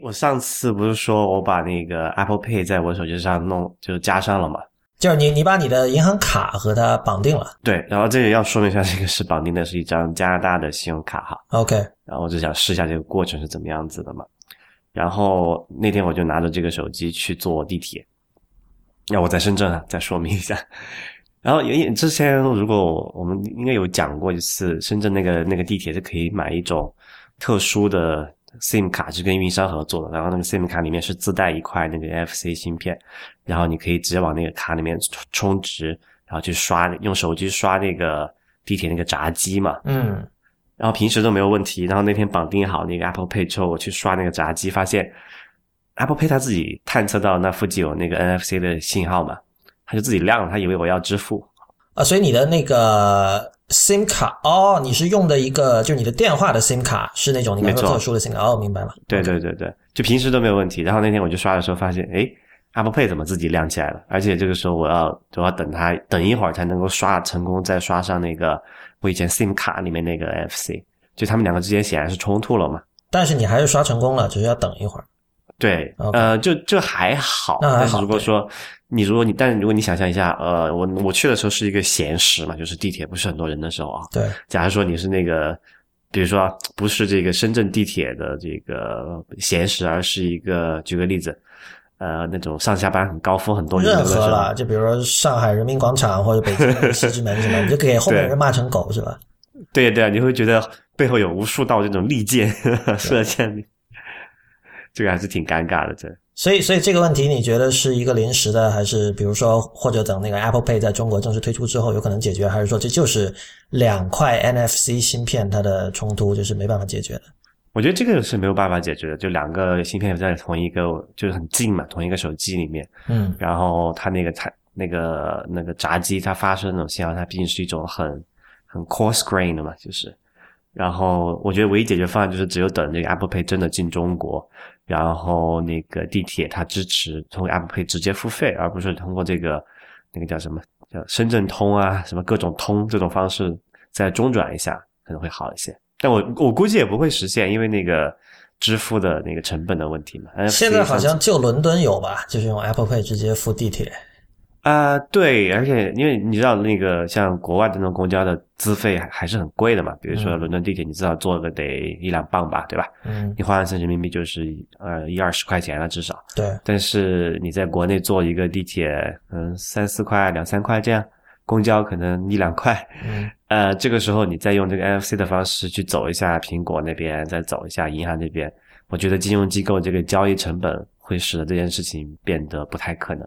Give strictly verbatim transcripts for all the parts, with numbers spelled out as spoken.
我上次不是说我把那个 Apple Pay 在我手机上弄就加上了嘛？ 就是你你把你的银行卡和它绑定了。 对，然后这个要说明一下，这个是绑定的是一张加拿大的信用卡哈。 OK， 然后我就想试一下这个过程是怎么样子的嘛。然后那天我就拿着这个手机去坐地铁。那我在深圳啊，再说明一下。然后因为之前如果我们应该有讲过一次，深圳那个那个地铁是可以买一种特殊的 SIM 卡，是跟运营商合作的，然后那个 SIM 卡里面是自带一块那个 N F C 芯片，然后你可以直接往那个卡里面充值，然后去刷，用手机刷那个地铁那个闸机嘛。 嗯。 然后平时都没有问题，然后那天绑定好那个 Apple Pay 之后，我去刷那个闸机，发现 Apple Pay 它自己探测到那附近有那个 N F C 的信号嘛，它就自己亮了，它以为我要支付。 啊，所以你的那个 SIM 卡，哦，你是用的一个，就是你的电话的 SIM 卡是那种你刚说特殊的 SIM 卡，哦，明白了。 对对对对，就平时都没有问题。然后那天我就刷的时候发现，诶 Apple Pay 怎么自己亮起来了？而且这个时候我要我要等它等一会儿才能够刷成功，再刷上那个我以前 SIM 卡里面那个 N F C， 就他们两个之间显然是冲突了嘛。 但是你还是刷成功了，只是要等一会儿。 对， okay. 呃，就就还好。 那还好。 但是如果说你如果你，但如果你想象一下，呃，我我去的时候是一个闲时嘛，就是地铁不是很多人的时候啊。 对。 假如说你是那个，比如说不是这个深圳地铁的这个闲时，而是一个举个例子，呃，那种上下班很高峰很多人的时候， 任何了，就比如说上海人民广场或者北京西直门什么，你就给后面人骂成狗是吧？ 对对，你会觉得背后有无数道这种利剑射向你。这个还是挺尴尬的，这。 所以，所以这个问题你觉得是一个临时的，还是比如说或者等那个 Apple Pay 在中国正式推出之后有可能解决，还是说这就是两块 N F C 芯片它的冲突就是没办法解决的？ 我觉得这个是没有办法解决的，就两个芯片在同一个就是很近嘛，同一个手机里面， 嗯， 然后它那个它那个那个闸机它发生那种信号，它毕竟是一种很很 coarse grain 的嘛，就是。然后我觉得唯一解决方案就是只有等这个 Apple Pay 真的进中国，然后那个地铁它支持通过 Apple Pay 直接付费，而不是通过这个那个叫什么叫深圳通啊，什么各种通这种方式再中转一下，可能会好一些。但我我估计也不会实现，因为那个支付的那个成本的问题嘛。 现在好像就伦敦有吧，就是用 Apple Pay 直接付地铁。 啊、呃，对，而且因为你知道那个像国外的那种公交的资费还是很贵的嘛，比如说伦敦地铁，你知道坐个得一两磅吧，对吧？ 嗯， 你换成人民币就是呃一二十块钱了至少。 对。 但是你在国内坐一个地铁，嗯，三四块、两三块这样，公交可能一两块。 嗯， 呃，这个时候你再用这个 N F C 的方式去走一下苹果那边，再走一下银行这边，我觉得金融机构这个交易成本会使得这件事情变得不太可能。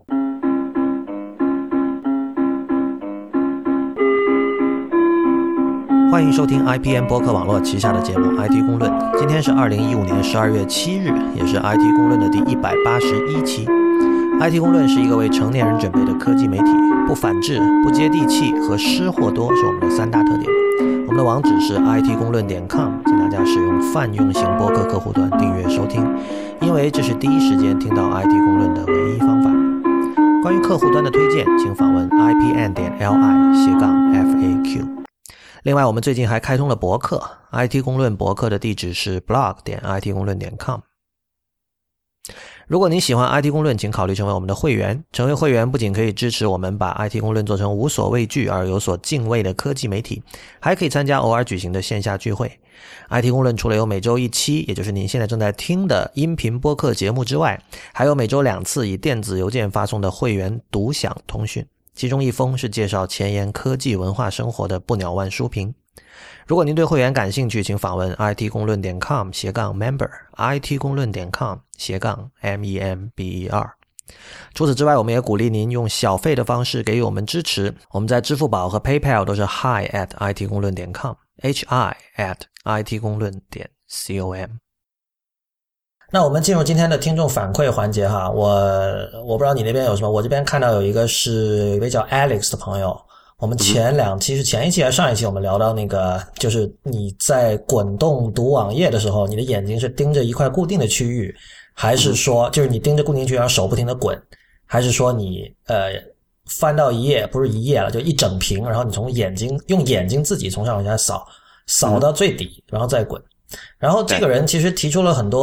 欢迎收听 I P M 播客网络旗下的节目 I T 公论。今天是二零一五年十二月七日，也是 I T 公论的第一百八十一期。I T 公论是一个为成年人准备的科技媒体，不反制、不接地气和湿货多是我们的三大特点。我们的网址是 I T 公论点 com， 请大家使用泛用型播客客户端订阅收听，因为这是第一时间听到 I T 公论的唯一方法。关于客户端的推荐，请访问 I P N 点 L I 斜杠 F A Q。另外我们最近还开通了博客， I T 公论博客的地址是 blog 点 I T 公论点 com。 如果您喜欢 I T 公论，请考虑成为我们的会员。成为会员不仅可以支持我们把 I T 公论做成无所畏惧而有所敬畏的科技媒体，还可以参加偶尔举行的线下聚会。 I T 公论除了有每周一期，也就是您现在正在听的音频播客节目之外，还有每周两次以电子邮件发送的会员独享通讯，其中一封是介绍前沿科技文化生活的不鸟万书评。如果您对会员感兴趣，请访问 I T 公论点 com 斜杠 member I T 公论点 com 斜杠 M E M B E R。 除此之外，我们也鼓励您用小费的方式给予我们支持。我们在支付宝和 PayPal 都是 hi at I T 公论点 com H I at I T 公论点 com。那我们进入今天的听众反馈环节哈，我我不知道你那边有什么，我这边看到有一个是一位叫 Alex 的朋友，我们前两期是前一期还是上一期我们聊到那个，就是你在滚动读网页的时候，你的眼睛是盯着一块固定的区域，还是说就是你盯着固定区域然后手不停的滚，还是说你呃翻到一页，不是一页了，就一整屏，然后你从眼睛用眼睛自己从上往下扫，扫到最底然后再滚。然后这个人其实提出了很多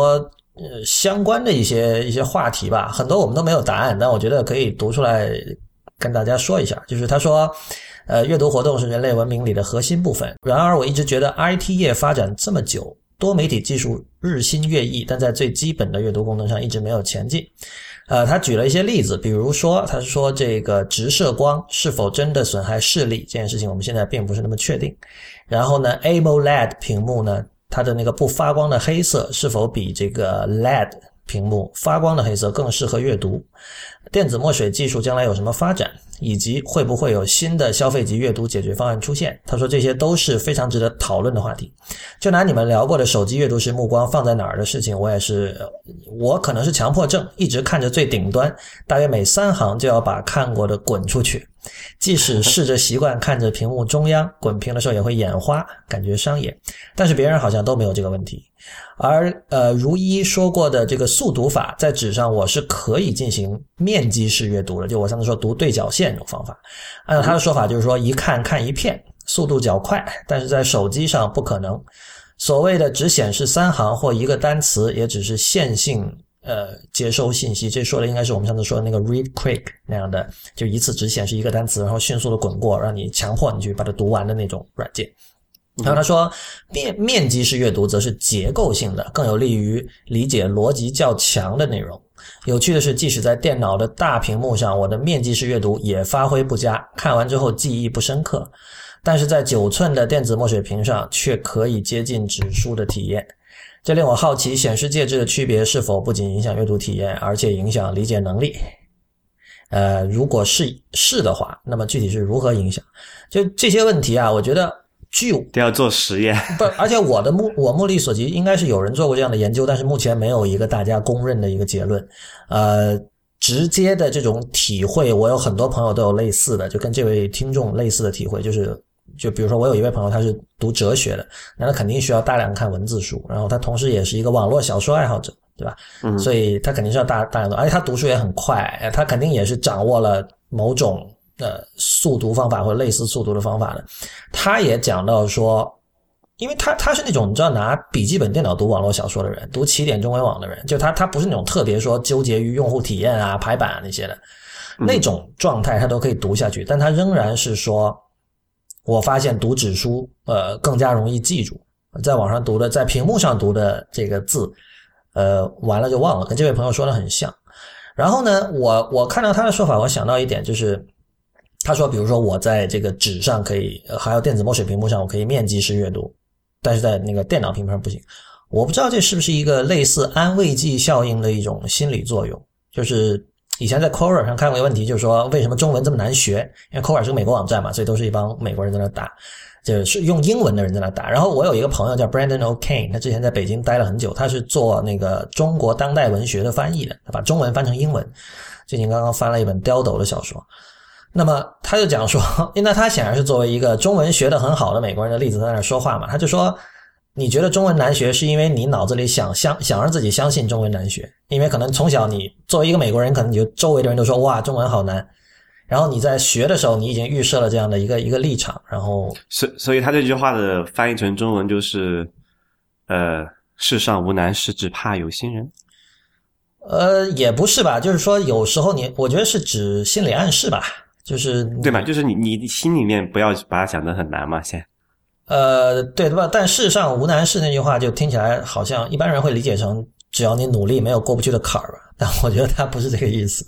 呃相关的一些一些话题吧，很多我们都没有答案，但我觉得可以读出来跟大家说一下。就是他说呃，阅读活动是人类文明里的核心部分，然而我一直觉得 I T 业发展这么久，多媒体技术日新月异，但在最基本的阅读功能上一直没有前进。呃，他举了一些例子，比如说他说这个直射光是否真的损害视力这件事情我们现在并不是那么确定。然后呢 A M O L E D 屏幕呢，它的那个不发光的黑色是否比这个 L E D 屏幕发光的黑色更适合阅读？电子墨水技术将来有什么发展？以及会不会有新的消费级阅读解决方案出现？他说这些都是非常值得讨论的话题。就拿你们聊过的手机阅读时目光放在哪儿的事情，我也是，我可能是强迫症，一直看着最顶端，大约每三行就要把看过的滚出去。即使试着习惯看着屏幕中央，滚屏的时候也会眼花，感觉伤眼。但是别人好像都没有这个问题。而呃，如一说过的这个速读法，在纸上我是可以进行面积式阅读的，就我上次说读对角线这种方法。按照他的说法，就是说一看看一片，速度较快，但是在手机上不可能。所谓的只显示三行或一个单词，也只是线性呃接收信息，这说的应该是我们上次说的那个 read quick 那样的，就一次只显示一个单词，然后迅速的滚过，让你强迫你去把它读完的那种软件。然后他说面面积式阅读则是结构性的，更有利于理解逻辑较强的内容。有趣的是，即使在电脑的大屏幕上，我的面积式阅读也发挥不佳，看完之后记忆不深刻，但是在九寸的电子墨水屏上却可以接近纸书的体验。这令我好奇，显示介质的区别是否不仅影响阅读体验，而且影响理解能力。呃，如果是是的话，那么具体是如何影响？就这些问题啊，我觉得据都要做实验。 不，而且我的目我目力所及，应该是有人做过这样的研究，但是目前没有一个大家公认的一个结论。呃，直接的这种体会，我有很多朋友都有类似的，就跟这位听众类似的体会，就是就比如说我有一位朋友他是读哲学的，那他肯定需要大量看文字书，然后他同时也是一个网络小说爱好者，对吧？嗯，所以他肯定是要大大量读，而且他读书也很快，他肯定也是掌握了某种呃速读方法或者类似速读的方法的。他也讲到说，因为他他是那种你知道拿笔记本电脑读网络小说的人，读起点中文网的人，就他他不是那种特别说纠结于用户体验啊排版啊那些的，那种状态他都可以读下去，但他仍然是说我发现读纸书呃更加容易记住，在网上读的在屏幕上读的这个字呃完了就忘了，跟这位朋友说的很像。然后呢我我看到他的说法，我想到一点，就是他说比如说我在这个纸上可以还有电子墨水屏幕上我可以面积式阅读，但是在那个电脑屏幕上不行。我不知道这是不是一个类似安慰剂效应的一种心理作用，就是以前在 Quora 上看过一个问题，就是说为什么中文这么难学，因为 Quora 是个美国网站嘛，所以都是一帮美国人在那打，就是用英文的人在那打。然后我有一个朋友叫 Brandon O'Kane， 他之前在北京待了很久，他是做那个中国当代文学的翻译的，他把中文翻成英文，最近刚刚翻了一本刁斗的小说。那么他就讲说，因为他显然是作为一个中文学得很好的美国人的例子在那说话嘛，他就说你觉得中文难学是因为你脑子里想想想让自己相信中文难学，因为可能从小你作为一个美国人，可能你就周围的人都说哇中文好难，然后你在学的时候你已经预设了这样的一个一个立场，然后所所以他这句话的翻译成中文就是呃世上无难事，只怕有心人。 呃也不是吧，就是说有时候你我觉得是指心理暗示吧，就是对吧，就是你你心里面不要把它想得很难嘛先。 呃，对吧？但世上无难事那句话就听起来好像一般人会理解成只要你努力没有过不去的坎儿吧，但我觉得他不是这个意思。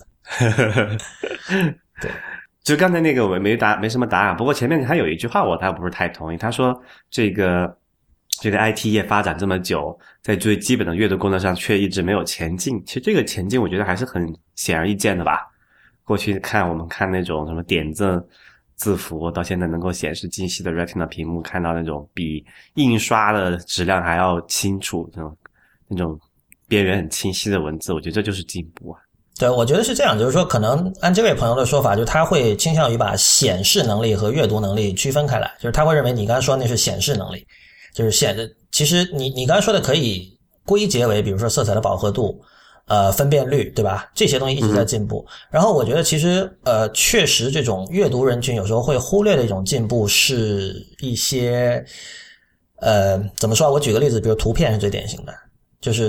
对， 就刚才那个我没答没什么答案，不过前面还有一句话我倒不是太同意，他说这个这个 I T 业发展这么久，在最基本的阅读功能上却一直没有前进。其实这个前进我觉得还是很显而易见的吧。过去看我们看那种什么点阵字符，到现在能够显示清晰的 Retina 屏幕，看到那种比印刷的质量还要清楚，那种那种边缘很清晰的文字，我觉得这就是进步啊。 对，我觉得是这样，就是说可能按这位朋友的说法，就他会倾向于把显示能力和阅读能力区分开来，就是他会认为你刚才说那是显示能力，就是显其实你你刚才说的可以归结为比如说色彩的饱和度呃，分辨率，对吧？这些东西一直在进步。嗯、然后我觉得其实呃，确实这种阅读人群有时候会忽略的一种进步是一些呃，怎么说？我举个例子，比如图片是最典型的，就是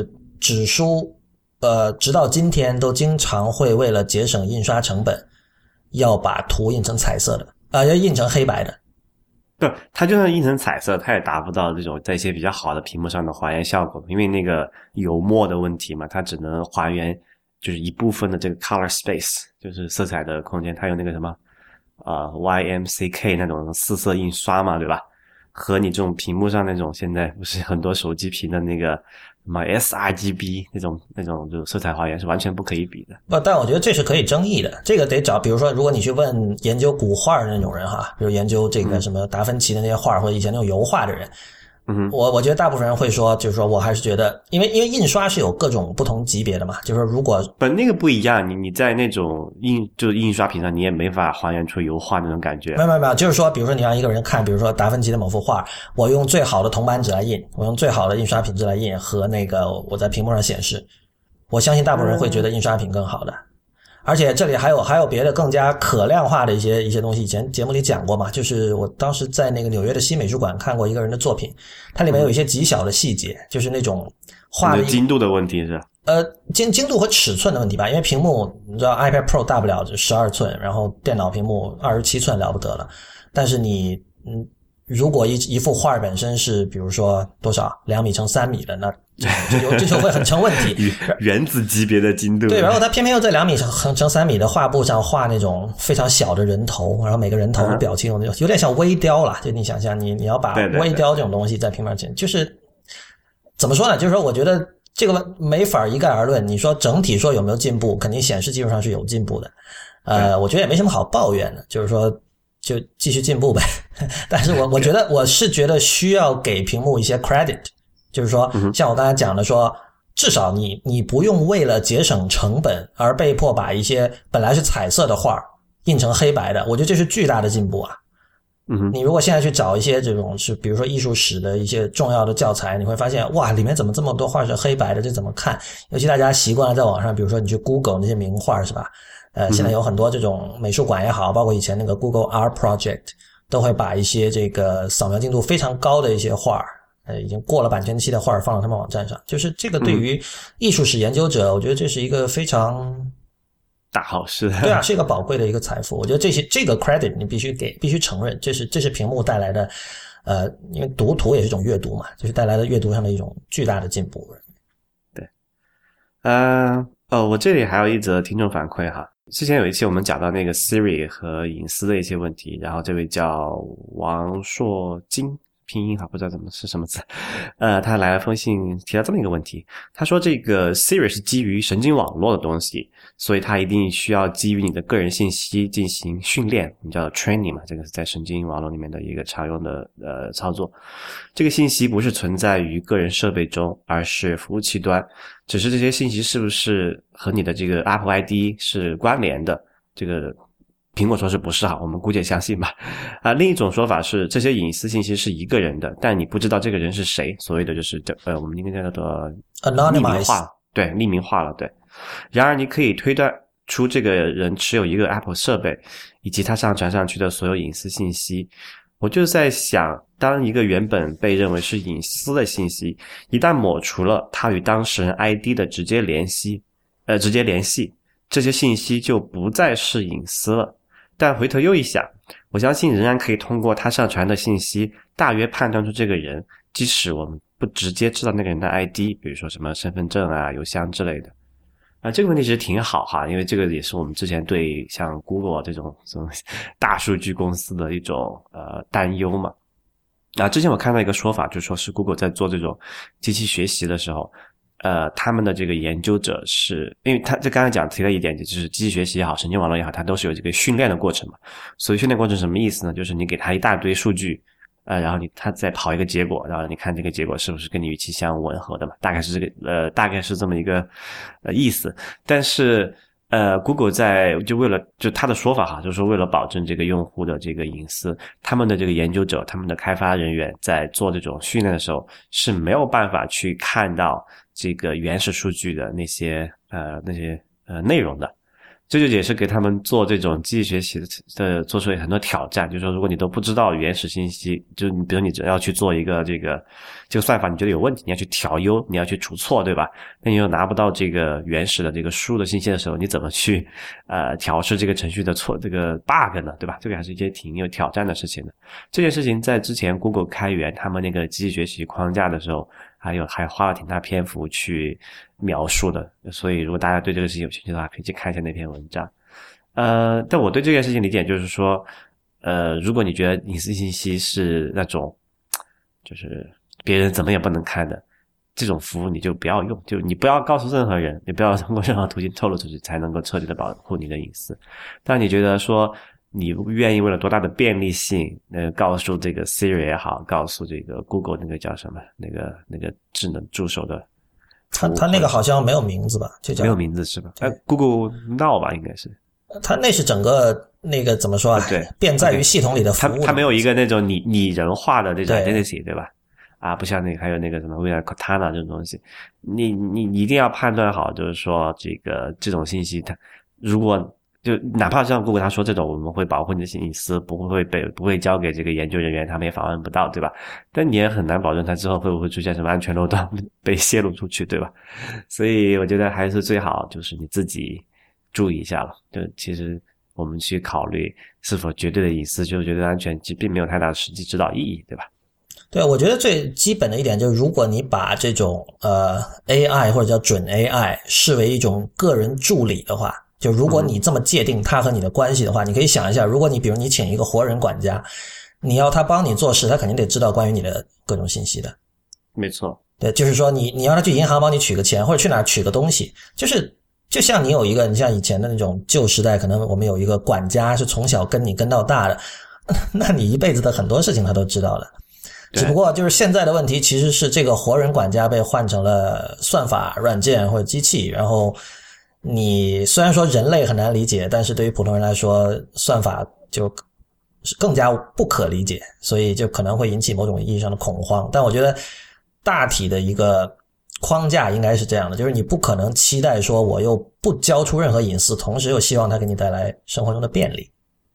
纸书呃，直到今天都经常会为了节省印刷成本，要把图印成彩色的，啊、呃，要印成黑白的。 对，它就算印成彩色，它也达不到这种在一些比较好的屏幕上的还原效果，因为那个油墨的问题嘛，它只能还原就是一部分的这个 color space， 就是色彩的空间，它有那个什么呃 Y M C K 那种四色印刷嘛，对吧？和你这种屏幕上那种现在不是很多手机屏的那个什么 S R G B 那种那种就色彩还原是完全不可以比的。 不，但我觉得这是可以争议的，这个得找，比如说如果你去问研究古画的那种人哈，比如研究这个什么达芬奇的那些画或者以前那种油画的人， 嗯， 我我觉得大部分人会说，就是说我还是觉得，因为因为印刷是有各种不同级别的嘛，就是说如果不那个不一样，你你在那种印就是印刷屏上，你也没法还原出油画那种感觉。 没有没有没有，就是说，比如说你让一个人看，比如说达芬奇的某幅画，我用最好的铜版纸来印，我用最好的印刷品质来印，和那个我在屏幕上显示，我相信大部分人会觉得印刷品更好的。而且这里还有还有别的更加可量化的一些一些东西，以前节目里讲过嘛，就是我当时在那个纽约的新美术馆看过一个人的作品，它里面有一些极小的细节，就是那种画的精度的问题是呃精精度和尺寸的问题吧，因为屏幕你知道 iPad Pro 大不了就十二寸，然后电脑屏幕二十七寸了不得了，但是你嗯如果一一幅画本身是比如说多少两米乘三米的，那这就这就会很成问题。 原子级别的精度。 对，然后他偏偏又在两米乘乘三米的画布上画那种非常小的人头，然后每个人头的表情有有点像微雕啦，就你想象你你要把微雕这种东西在屏幕前，就是怎么说呢？就是说我觉得这个没法一概而论。你说整体说有没有进步，肯定显示技术上是有进步的。呃，我觉得也没什么好抱怨的，就是说就继续进步呗。但是我我觉得我是觉得需要给屏幕一些 credit， 就是说像我刚才讲的说，至少你你不用为了节省成本而被迫把一些本来是彩色的画印成黑白的，我觉得这是巨大的进步啊。 嗯， 你如果现在去找一些这种是比如说艺术史的一些重要的教材，你会发现哇，里面怎么这么多画是黑白的，这怎么看？尤其大家习惯了在网上，比如说你去 Google 那些名画是吧？呃，现在有很多这种美术馆也好，包括以前那个 Google Art Project 都会把一些这个扫描精度非常高的一些画，呃，已经过了版权期的画放到他们网站上。就是这个对于艺术史研究者，我觉得这是一个非常大好事。 对啊，是一个宝贵的一个财富。我觉得这些这个 credit 你必须给，必须承认，这是这是屏幕带来的，呃，因为读图也是一种阅读嘛，就是带来的阅读上的一种巨大的进步。 对，呃，哦，我这里还有一则听众反馈哈。之前有一期我们讲到那个 Siri 和隐私的一些问题，然后这位叫王硕金，拼音哈不知道怎么是什么字，呃，他来了封信提到这么一个问题，他说这个 Siri 是基于神经网络的东西，所以它一定需要基于你的个人信息进行训练，我们叫 training 嘛，这个是在神经网络里面的一个常用的呃操作。这个信息不是存在于个人设备中，而是服务器端，只是这些信息是不是和你的这个 Apple I D 是关联的，这个苹果说是不是哈，我们姑且相信吧。啊，另一种说法是这些隐私信息是一个人的，但你不知道这个人是谁，所谓的就是呃我们应该叫做匿名化，对，匿名化了，对。然而你可以推断出这个人持有一个 Apple 设备以及他上传上去的所有隐私信息。我就在想，当一个原本被认为是隐私的信息一旦抹除了他与当事人 I D 的直接联系呃，直接联系，这些信息就不再是隐私了。但回头又一想，我相信仍然可以通过他上传的信息大约判断出这个人，即使我们不直接知道那个人的 I D， 比如说什么身份证啊、邮箱之类的。啊，这个问题其实挺好哈，因为这个也是我们之前对像 Google 这种这种大数据公司的一种呃担忧嘛。啊，之前我看到一个说法，就是说是 Google 在做这种机器学习的时候，呃，他们的这个研究者是，因为他这刚才讲提了一点，就是机器学习也好，神经网络也好，它都是有这个训练的过程嘛。所以训练过程什么意思呢？就是你给他一大堆数据，呃，然后你他再跑一个结果，然后你看这个结果是不是跟你预期相吻合的嘛？大概是这个呃，大概是这么一个呃意思。但是呃 ，Google 在就为了就他的说法哈，就是说为了保证这个用户的这个隐私，他们的这个研究者、他们的开发人员在做这种训练的时候是没有办法去看到这个原始数据的那些呃那些呃内容的。 这就也是给他们做这种机器学习的做出很多挑战，就是说如果你都不知道原始信息，就你比如你只要去做一个这个这个算法你觉得有问题，你要去调优，你要去除错，对吧？那你又拿不到这个原始的这个输入的信息的时候，你怎么去呃调试这个程序的错这个 bug 呢，对吧？这个还是一件挺有挑战的事情的。这件事情在之前 Google 开源他们那个机器学习框架的时候还有还花了挺大篇幅去描述的，所以如果大家对这个事情有兴趣的话，可以去看一下那篇文章。呃，但我对这件事情理解就是说，呃，如果你觉得隐私信息是那种就是别人怎么也不能看的这种服务，你就不要用，就你不要告诉任何人，你不要通过任何途径透露出去，才能够彻底的保护你的隐私。但你觉得说你愿意为了多大的便利性，呃，告诉这个 Siri 也好，告诉这个 Google 那个叫什么，那个那个智能助手的， 他他那个好像没有名字吧？就叫没有名字是吧？呃 ，Google Now 吧，应该是。 他那是整个那个怎么说啊？ 对， 便在于系统里的服务。 他他没有一个那种拟拟人化的那种 identity， 对吧？啊，不像那个还有那个什么未来 Cortana 这种东西，你你你一定要判断好，就是说这个这种信息，它如果就哪怕像 Google 他说这种我们会保护你的隐私，不会被不会交给这个研究人员，他们也访问不到，对吧？但你也很难保证它之后会不会出现什么安全漏洞被泄露出去，对吧？所以我觉得还是最好就是你自己注意一下了。就其实我们去考虑是否绝对的隐私，就是绝对的安全，其实并没有太大的实际指导意义，对吧？ 对，我觉得最基本的一点就是，如果你把这种呃 A I 或者叫准 A I 视为一种个人助理的话，就如果你这么界定它和你的关系的话，嗯、你可以想一下，如果你比如你请一个活人管家，你要他帮你做事，他肯定得知道关于你的各种信息的。 没错。 对，就是说你你要他去银行帮你取个钱，或者去哪儿取个东西，就是就像你有一个，你像以前的那种旧时代，可能我们有一个管家是从小跟你跟到大的，那你一辈子的很多事情他都知道了。只不过就是现在的问题其实是这个活人管家被换成了算法软件或者机器，然后你虽然说人类很难理解，但是对于普通人来说算法就更加不可理解，所以就可能会引起某种意义上的恐慌。但我觉得大体的一个框架应该是这样的，就是你不可能期待说我又不交出任何隐私，同时又希望它给你带来生活中的便利。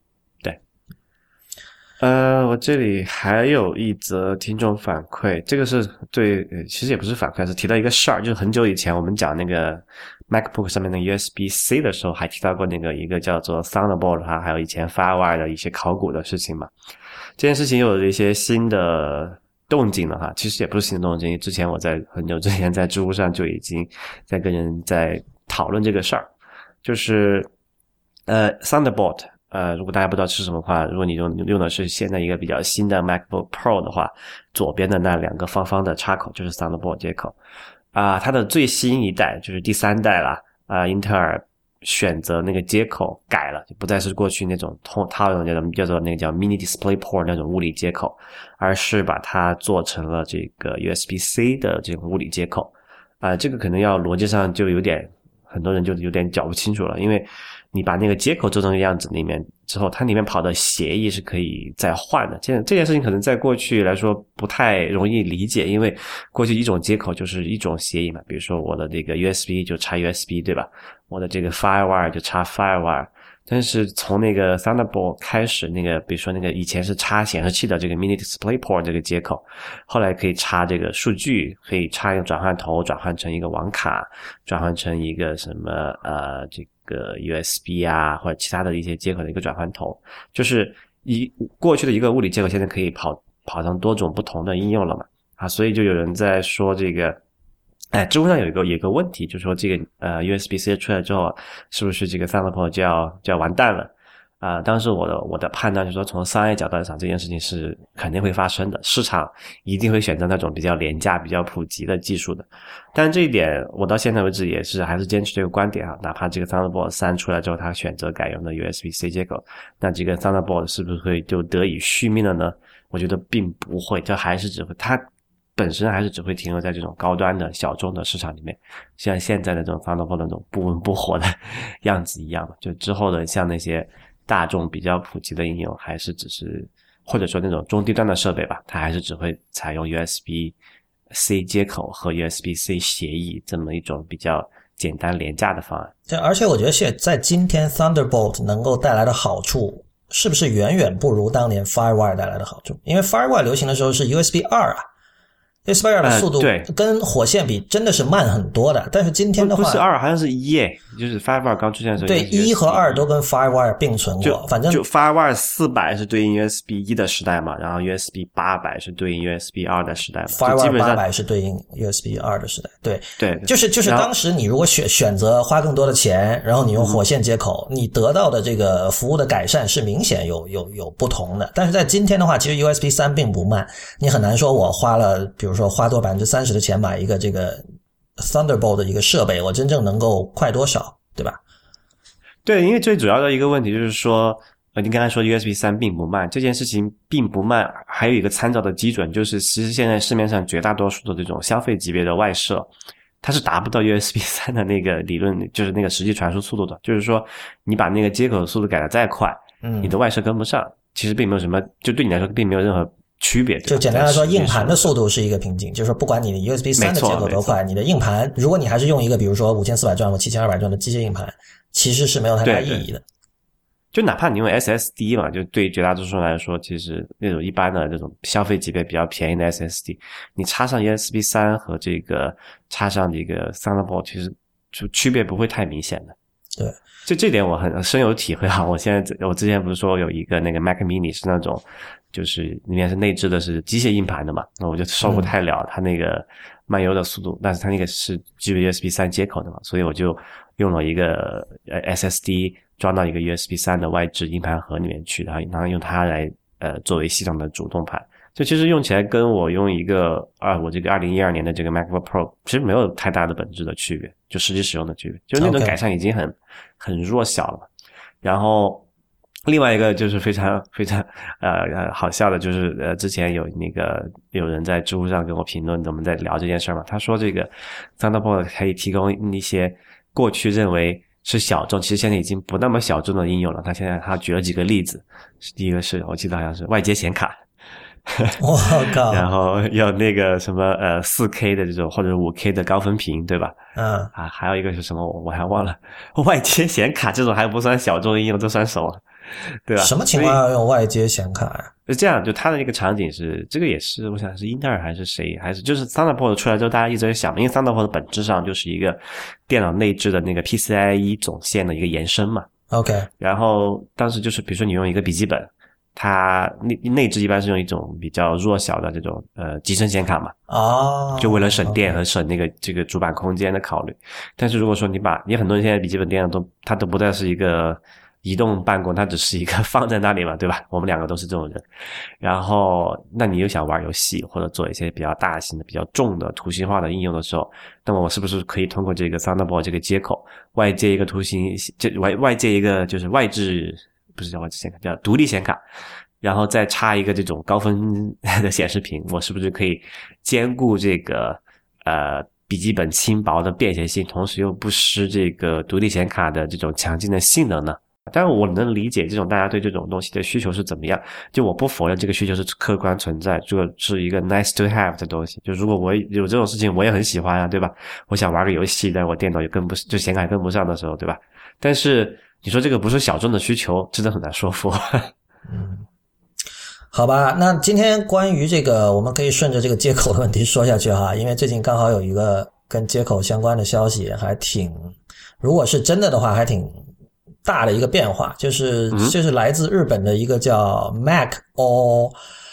呃，我这里还有一则听众反馈，这个是对，其实也不是反馈，是提到一个事儿，就是很久以前我们讲那个 MacBook 上面的 U S B C 的时候，还提到过那个一个叫做 Thunderbolt 哈，还有以前 FireWire 的一些考古的事情嘛。这件事情又有了一些新的动静了哈，其实也不是新的动静，之前我在很久之前在知乎上就已经在跟人在讨论这个事儿，就是呃 Thunderbolt。呃，如果大家不知道是什么的话，如果你用用的是现在一个比较新的 MacBook Pro 的话，左边的那两个方方的插口就是 Thunderbolt 接口啊、呃，它的最新一代就是第三代啦啊、呃，英特尔选择那个接口改了，就不再是过去那种通套用那种叫做那个叫 Mini DisplayPort 那种物理接口，而是把它做成了这个 U S B C 的这种物理接口啊、呃，这个可能要逻辑上就有点很多人就有点搞不清楚了，因为你把那个接口做成样子里面之后，它里面跑的协议是可以再换的。这这件事情可能在过去来说不太容易理解，因为过去一种接口就是一种协议嘛，比如说我的这个 U S B 就插 U S B 对吧？我的这个 FireWire 就插 FireWire。但是从那个 Thunderbolt 开始，那个比如说那个以前是插显示器的这个 Mini DisplayPort 这个接口，后来可以插这个数据，可以插一个转换头，转换成一个网卡，转换成一个什么呃这个 U S B 啊或者其他的一些接口的一个转换头，就是一过去的一个物理接口现在可以跑跑上多种不同的应用了嘛啊，所以就有人在说这个。哎，知乎上有一个有一个问题，就是说这个呃 U S B C 出来之后，是不是这个 Thunderbolt 就要就要完蛋了？啊、呃，当时我的我的判断就是说，从商业角度上，这件事情是肯定会发生的，市场一定会选择那种比较廉价、比较普及的技术的。但是这一点，我到现在为止也是还是坚持这个观点啊，哪怕这个 Thunderbolt 三出来之后，它选择改用的 U S B C 接口，那这个 Thunderbolt 是不是会就得以续命了呢？我觉得并不会，它还是只会它。本身还是只会停留在这种高端的小众的市场里面，像现在的这种 Thunderbolt 那种不温不火的样子一样嘛，就之后的像那些大众比较普及的应用，还是只是或者说那种中低端的设备吧，它还是只会采用 U S B C 接口和 U S B C 协议这么一种比较简单廉价的方案。 对，而且我觉得现在今天 Thunderbolt 能够带来的好处是不是远远不如当年 FireWire 带来的好处？因为 FireWire 流行的时候是 U S B 二 啊，U S B 二 的速度跟火线比真的是慢很多的，但是今天的话不是二，好像是一耶，就是 FireWire 刚出现的时候， 对，一和二都跟 FireWire 并存过，反正就 FireWire 四百是对应 U S B 一的时代嘛，然后 U S B 八百是对应 U S B 二的时代嘛 ，FireWire 八百是对应 U S B 二的时代，对对， 就是就是当时你如果选选择花更多的钱，然后你用火线接口，嗯、你得到的这个服务的改善是明显有有有不同的。但是在今天的话，其实 U S B 三并不慢，你很难说我花了，比如说花多百分之三十的钱买一个这个 Thunderbolt 的一个设备，我真正能够快多少，对吧？ 对，因为最主要的一个问题就是说，呃，你刚才说 U S B 三并不慢，这件事情并不慢，还有一个参照的基准，就是其实现在市面上绝大多数的这种消费级别的外设，它是达不到 U S B 三的那个理论，就是那个实际传输速度的。就是说，你把那个接口的速度改得再快，嗯，你的外设跟不上，其实并没有什么，就对你来说并没有任何区别。 就简单来说，硬盘的速度是一个瓶颈，就是说不管你的 U S B 三 的接口多快，你的硬盘，如果你还是用一个比如说五千四百转或七千二百转的机械硬盘，其实是没有太大意义的。 对对，就哪怕你用 S S D 嘛，就对绝大多数人来说，其实那种一般的这种消费级别比较便宜的 S S D， 你插上 U S B 三 和这个插上这个 Thunderbolt， 其实就区别不会太明显的。 对， 就这点我很深有体会啊！我现在我之前不是说有一个那个 Mac Mini 是那种，就是里面是内置的是机械硬盘的嘛，那我就受不太了它那个漫游的速度，但是它那个是具备 U S B 三 接口的嘛，所以我就用了一个 S S D 装到一个 U S B 三 的外置硬盘盒里面去，然后然后用它来呃作为系统的主动盘。就其实用起来跟我用一个啊我这个二零一二年的这个 MacBook Pro 其实没有太大的本质的区别，就实际使用的区别，就那种改善已经很、okay. 很弱小了。然后另外一个就是非常非常呃好笑的，就是呃之前有那个有人在知乎上跟我评论，我们在聊这件事嘛，他说这个 Thunderbolt 可以提供一些过去认为是小众，其实现在已经不那么小众的应用了。他现在他举了几个例子，第一个是我记得好像是外接显卡。 我靠！ 然后有那个什么呃 四 K 的这种或者 五 K 的高分屏，对吧？ 嗯啊，还有一个是什么我我还忘了，外接显卡这种还不算小众应用，都算什么？对吧？ 什么情况要用外接显卡呀？ 就这样，就它的那个场景是这个也是我想是英特尔还是谁，还是就是 Thunderbolt 出来之后大家一直在想，因为 Thunderbolt 本质上就是一个电脑内置的那个 P C I E 总线的一个延伸嘛。 OK。 然后当时就是比如说你用一个笔记本。它内内置一般是用一种比较弱小的这种呃集成显卡嘛， 哦， 就为了省电和省那个这个主板空间的考虑。但是如果说你把你很多人现在笔记本电脑都它都不再是一个移动办公，它只是一个放在那里嘛，对吧？我们两个都是这种人。然后那你又想玩游戏或者做一些比较大型的比较重的图形化的应用的时候，那么我是不是可以通过这个 Thunderbolt 这个接口外接一个图形这外外接一个就是外置不是叫外置显卡，叫独立显卡，然后再插一个这种高分的显示屏，我是不是可以兼顾这个呃笔记本轻薄的便携性，同时又不失这个独立显卡的这种强劲的性能呢？但是我能理解这种大家对这种东西的需求是怎么样，就我不否认这个需求是客观存在，这个是一个 nice to have 的东西，就如果我有这种事情我也很喜欢啊，对吧？我想玩个游戏，但我电脑也跟不就显卡也跟不上的时候，对吧？但是你说这个不是小众的需求，真的很难说服。 嗯，好吧，那今天关于这个，我们可以顺着这个接口的问题说下去哈，因为最近刚好有一个跟接口相关的消息，还挺，如果是真的的话，还挺大的一个变化，就是就是来自日本的一个叫 Mac or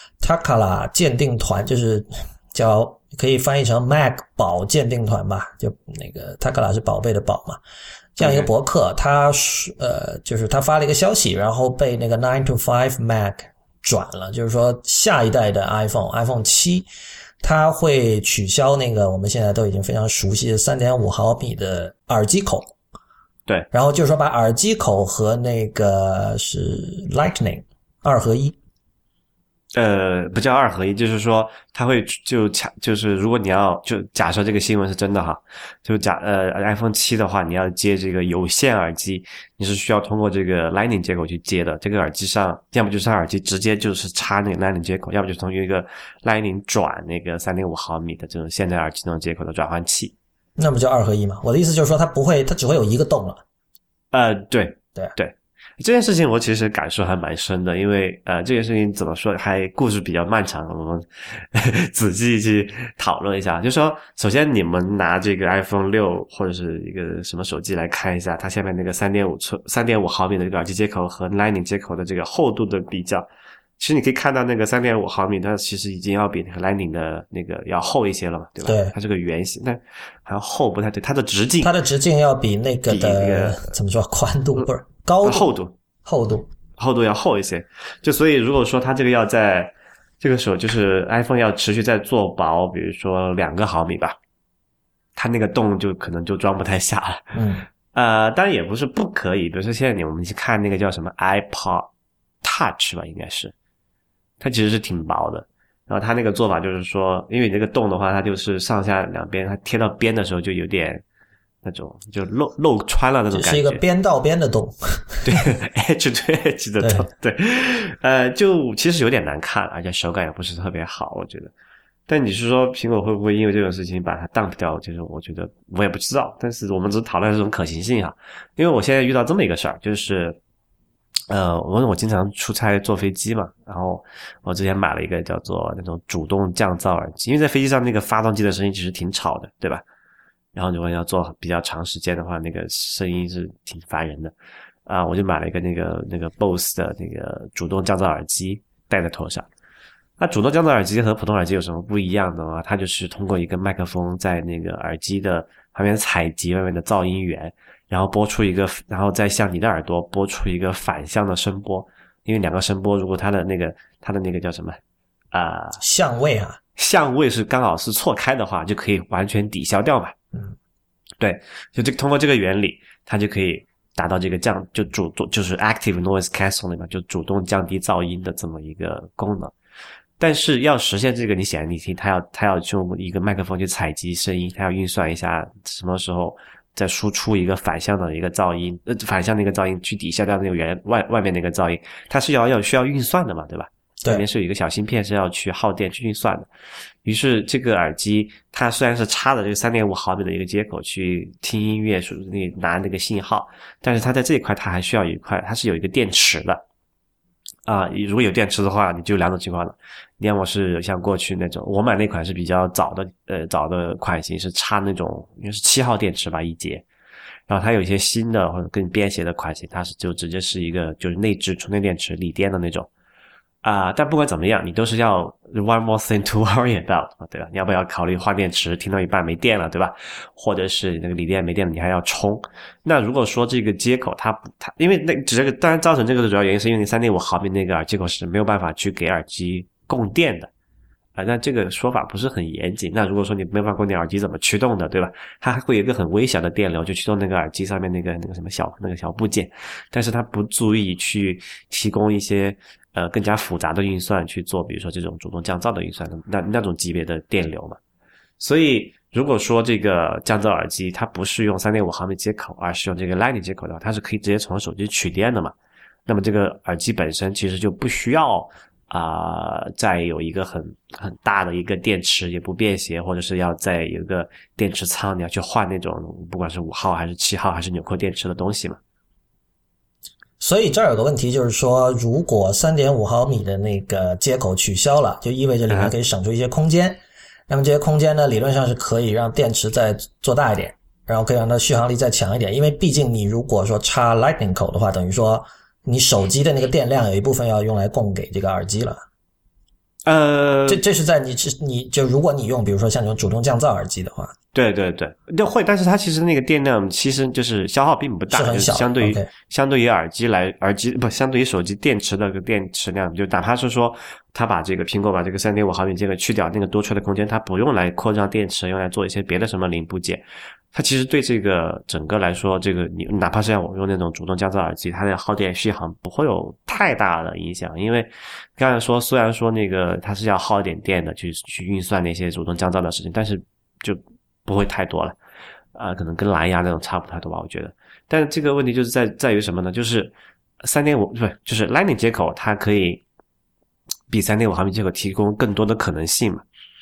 Takara 鉴定团，就是叫可以翻译成 Mac 宝鉴定团吧，就那个 Takara 是宝贝的宝嘛。这样一个博客，他呃，就是他发了一个消息，然后被那个 nine to five Mac 转了，就是说下一代的 iPhone iPhone 七，它会取消那个我们现在都已经非常熟悉的 三点五毫米的耳机口。 对， 然后就是说把耳机口和那个是 Lightning 二合一。 呃，不叫二合一，就是说它会就卡，就是如果你要就假设这个新闻是真的哈，就假呃 iPhone 七的话，你要接这个有线耳机，你是需要通过这个 Lightning 接口去接的。这个耳机上，要么就是耳机直接就是插那个 Lightning 接口，要么就是从一个 Lightning 转那个 三点五毫米的这种现代耳机那种接口的转换器。 那不就二合一吗？我的意思就是说它不会，它只会有一个洞了。 呃，对对对，这件事情我其实感受还蛮深的，因为呃这件事情怎么说，还故事比较漫长，我们仔细去讨论一下。就是说，首先你们拿这个 iPhone 六或者是一个什么手机来看一下，它下面那个 三点五 寸 三点五毫米的这个耳机接口和 Lightning 接口的这个厚度的比较。其实你可以看到那个 三点五毫米它其实已经要比那个 Lightning 的那个要厚一些了嘛，对吧？ 对， 它是个圆形，但还要厚不太对，它的直径它的直径要比那个的那个怎么说宽度不是高度厚度厚度厚度要厚一些。就所以如果说它这个要在这个时候就是 iPhone 要持续在做薄，比如说两个毫米吧，它那个洞就可能就装不太下了。 嗯， 呃，当然也不是不可以，比如说现在你我们去看那个叫什么 iPod Touch 吧，应该是。它其实是挺薄的，然后它那个做法就是说，因为你这个洞的话，它就是上下两边，它贴到边的时候就有点那种就漏漏穿了那种感觉， 是一个边到边的洞， 对 ，edge to edge 的洞，对，对呃，就其实有点难看，而且手感也不是特别好，我觉得。但你是说苹果会不会因为这种事情把它 dump 掉？就是我觉得我也不知道，但是我们只是讨论这种可行性哈。因为我现在遇到这么一个事儿，就是。呃，我我经常出差坐飞机嘛，然后我之前买了一个叫做那种主动降噪耳机，因为在飞机上那个发动机的声音其实挺吵的，对吧？然后如果要坐比较长时间的话，那个声音是挺烦人的啊、呃，我就买了一个那个那个 B O S S 的那个主动降噪耳机戴在头上。那主动降噪耳机和普通耳机有什么不一样的吗？它就是通过一个麦克风在那个耳机的旁边采集外面的噪音源。然后播出一个，然后再向你的耳朵播出一个反向的声波，因为两个声波如果它的那个它的那个叫什么啊、呃、 相位啊， 相位是刚好是错开的话，就可以完全抵消掉嘛。 嗯， 对，就这通过这个原理，它就可以达到这个降就主动就是 active noise cancelling 嘛，就主动降低噪音的这么一个功能。但是要实现这个，你显然你听，它要它要用一个麦克风去采集声音，它要运算一下什么时候。再输出一个反向的一个噪音，呃，反向的一个噪音去抵消掉那个原外外面那个噪音，它是要要需要运算的嘛，对吧？ 对， 里面是有一个小芯片是要去耗电去运算的。于是这个耳机它虽然是插的这个 三点五毫米的一个接口去听音乐，属于拿那个信号，但是它在这一块它还需要有一块，它是有一个电池的。啊、呃，如果有电池的话，你就两种情况了。你要么是像过去那种，我买那款是比较早的，呃，早的款型是插那种，应该是七号电池吧一节。然后它有一些新的或者更便携的款型，它是就直接是一个就是内置充电电池锂电的那种。啊、呃，但不管怎么样，你都是要 one more thing to worry about， 对吧？你要不要考虑换电池？听到一半没电了，对吧？或者是那个锂电没电了，你还要充。那如果说这个接口它它，因为那这个当然造成这个的主要原因是因为 三点五毫米那个耳接口是没有办法去给耳机供电的。啊，那这个说法不是很严谨。那如果说你没办法供电，耳机怎么驱动的，对吧？它还会有一个很微小的电流，就驱动那个耳机上面那个那个什么小那个小部件，但是它不足以去提供一些呃更加复杂的运算去做，比如说这种主动降噪的运算，那那种级别的电流嘛。所以如果说这个降噪耳机它不是用 三点五毫米接口，而是用这个 Lightning 接口的话，它是可以直接从手机取电的嘛。那么这个耳机本身其实就不需要啊、呃，再有一个很很大的一个电池，也不便携，或者是要再有一个电池仓，你要去换那种不管是五号还是七号还是纽扣电池的东西嘛。 所以这儿有个问题，就是说，如果 三点五毫米的那个接口取消了，就意味着里面可以省出一些空间。嗯、那么这些空间呢，理论上是可以让电池再做大一点，然后可以让它续航力再强一点。因为毕竟你如果说插 Lightning 口的话，等于说你手机的那个电量有一部分要用来供给这个耳机了。 呃， 这这是在你你就如果你用比如说像这种主动降噪耳机的话， 对对对，就会，但是它其实那个电量其实就是消耗并不大， 是很小， 就是相对于、 okay. 相对于耳机来耳机不相对于手机电池的个电池量，就哪怕是说它把这个苹果把这个 三点五毫米接口去掉，那个多出来的空间它不用来扩张电池，用来做一些别的什么零部件。它其实对这个整个来说，这个你哪怕是像我用那种主动降噪耳机，它的耗电续航不会有太大的影响，因为刚才说虽然说那个它是要耗一点电的去去运算那些主动降噪的事情，但是就不会太多了，啊、呃，可能跟蓝牙那种差不太多吧，我觉得。但是这个问题就是在在于什么呢？就是 三点五 不是就是 Lightning 接口，它可以比 三点五毫米接口提供更多的可能性嘛。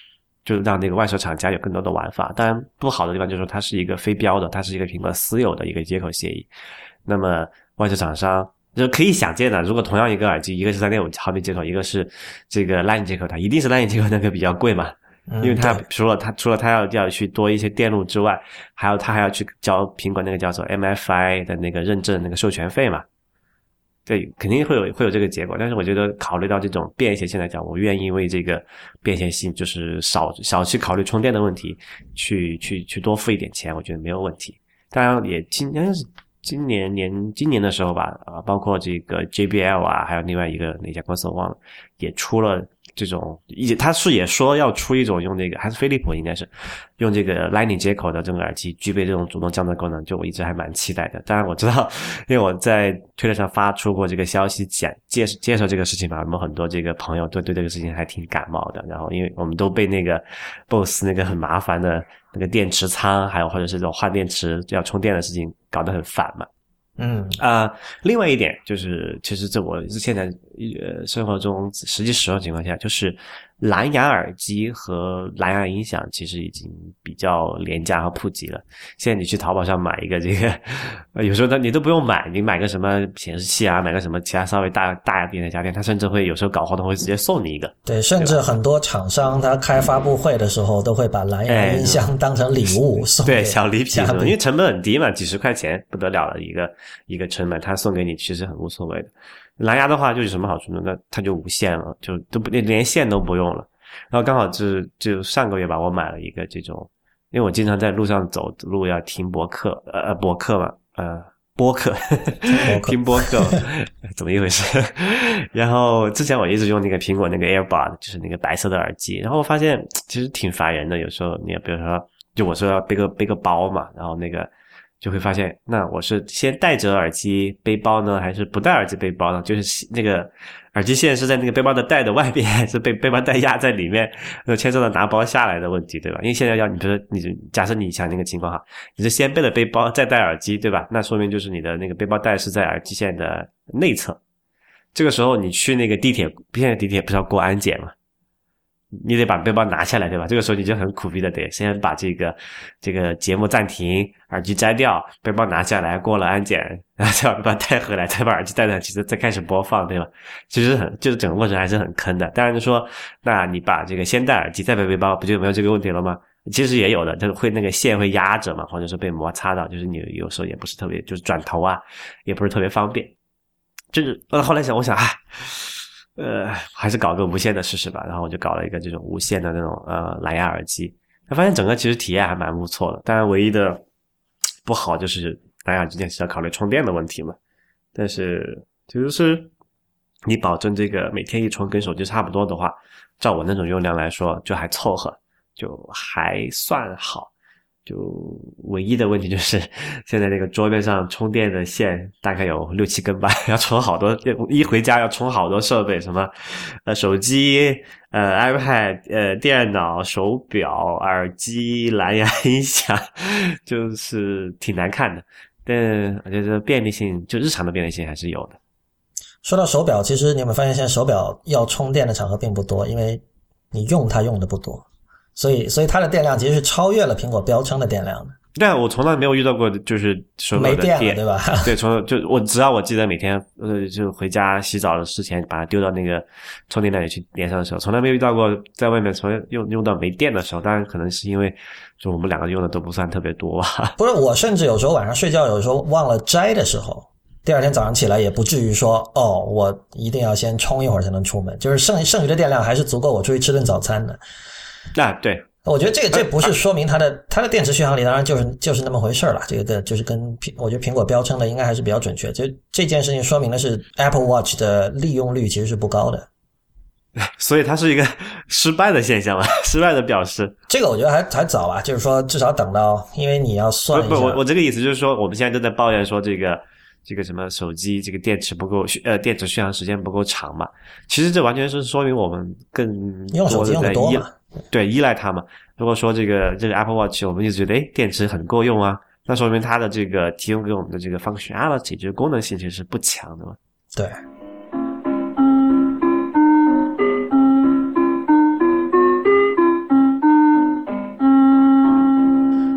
就让那个外设厂家有更多的玩法。当然不好的地方就是说它是一个非标的，它是一个苹果私有的一个接口协议。那么外设厂商就可以想见的，如果同样一个耳机，一个是 三点五 毫米接口，一个是这个 Lightning 接口，它一定是 Lightning 接口那个比较贵嘛。因为它除了它除了它要要去多一些电路之外，还有它还要去交苹果那个叫做 M F I 的那个认证那个授权费嘛。对，肯定会有会有这个结果，但是我觉得考虑到这种便携性来讲，我愿意为这个便携性就是少少去考虑充电的问题，去去去多付一点钱，我觉得没有问题。当然也今应该是今年年今年的时候吧，啊，包括这个 J B L 啊，还有另外一个哪家公司我忘了，也出了这种，他是也说要出一种用这个，还是飞利浦应该是用这个 Lightning 接口的这种耳机，具备这种主动降噪功能，就我一直还蛮期待的。当然我知道，因为我在推特上发出过这个消息，讲介介绍这个事情嘛，我们很多这个朋友都对这个事情还挺感冒的。然后因为我们都被那个 B O S S 那个很麻烦的那个电池仓，还有或者是这种换电池要充电的事情搞得很烦嘛。 嗯啊、呃，另外一点就是，其实这我是现在呃生活中实际使用情况下，就是蓝牙耳机和蓝牙音响其实已经比较廉价和普及了。现在你去淘宝上买一个这个，呃、有时候你都不用买，你买个什么显示器啊，买个什么其他稍微大大一点的家电，它甚至会有时候搞活动会直接送你一个。 对，甚至很多厂商他开发布会的时候都会把蓝牙音箱当成礼物送给对小礼品嘉宾， 因为成本很低嘛，几十块钱不得了的一个一个成本，他送给你其实很无所谓的。蓝牙的话就有什么好处呢？那它就无线了，就都不连线都不用了。然后刚好就就上个月吧，我买了一个这种，因为我经常在路上走路要听播客，呃，播客嘛，呃，播客，听播客，怎么一回事？然后之前我一直用那个苹果那个 AirBud， 就是那个白色的耳机，然后我发现其实挺烦人的，有时候你比如说，就我说要背个背个包嘛，然后那个。就会发现，那我是先带着耳机背包呢，还是不带耳机背包呢？就是那个耳机线是在那个背包的带的外边，还是被背包带压在里面，就牵涉到拿包下来的问题，对吧？因为现在要你比如说你假设你想那个情况哈，你是先背了背包再带耳机，对吧？那说明就是你的那个背包带是在耳机线的内侧。这个时候你去那个地铁，现在地铁不是要过安检吗？你得把背包拿下来，对吧？这个时候你就很苦逼的得先把这个这个节目暂停，耳机摘掉，背包拿下来，过了安检，然后再把背包带回来，再把耳机带上，其实再开始播放，对吧？其实很就是整个过程还是很坑的。当然就说，那你把这个先带耳机再背背包，不就没有这个问题了吗？其实也有的，就是会那个线会压着嘛，或者是被摩擦到，就是你有时候也不是特别，就是转头啊，也不是特别方便。就是后来想，我想，唉。呃，还是搞个无线的试试吧。然后我就搞了一个这种无线的那种呃蓝牙耳机，发现整个其实体验还蛮不错的。当然，唯一的不好就是蓝牙耳机是要考虑充电的问题嘛。但是其实是你保证这个每天一充跟手机差不多的话，照我那种用量来说，就还凑合，就还算好。就唯一的问题就是现在那个桌面上充电的线大概有六七根吧，要充好多，一回家要充好多设备，什么呃手机、呃 iPad、呃电脑、手表、耳机、蓝牙音响，就是挺难看的。但我觉得便利性，就日常的便利性还是有的。 说到手表，其实你有没有发现现在手表要充电的场合并不多，因为你用它用的不多。所以，所以它的电量其实是超越了苹果标称的电量的。 但我从来没有遇到过，就是手表的电， 没电了，对吧？ 对，从就我只要我记得每天呃，就回家洗澡的之前把它丢到那个充电站里去连上的时候，从来没有遇到过在外面从用用到没电的时候。当然，可能是因为就我们两个用的都不算特别多吧。 不是，我甚至有时候晚上睡觉，有时候忘了摘的时候，第二天早上起来也不至于说哦，我一定要先充一会儿才能出门，就是剩剩余的电量还是足够我出去吃顿早餐的。 啊，对， 我觉得这个这不是说明它的它的电池续航力当然就是就是那么回事了，这个就是跟我觉得苹果标称的应该还是比较准确。就这件事情说明的是 Apple Watch 的利用率其实是不高的， 所以它是一个失败的现象嘛，失败的表示。 这个我觉得还还早吧，就是说至少等到，因为你要算一下。 不不，我我这个意思就是说，我们现在都在抱怨说这个。这个什么手机这个电池不够呃电池续航时间不够长嘛，其实这完全是说明我们更用手机用的多嘛， 对，依赖它嘛。如果说这个这个 Apple Watch 我们一直觉得诶电池很够用啊，那说明它的这个提供给我们的这个 functionality 就是功能性其实是不强的嘛。 对。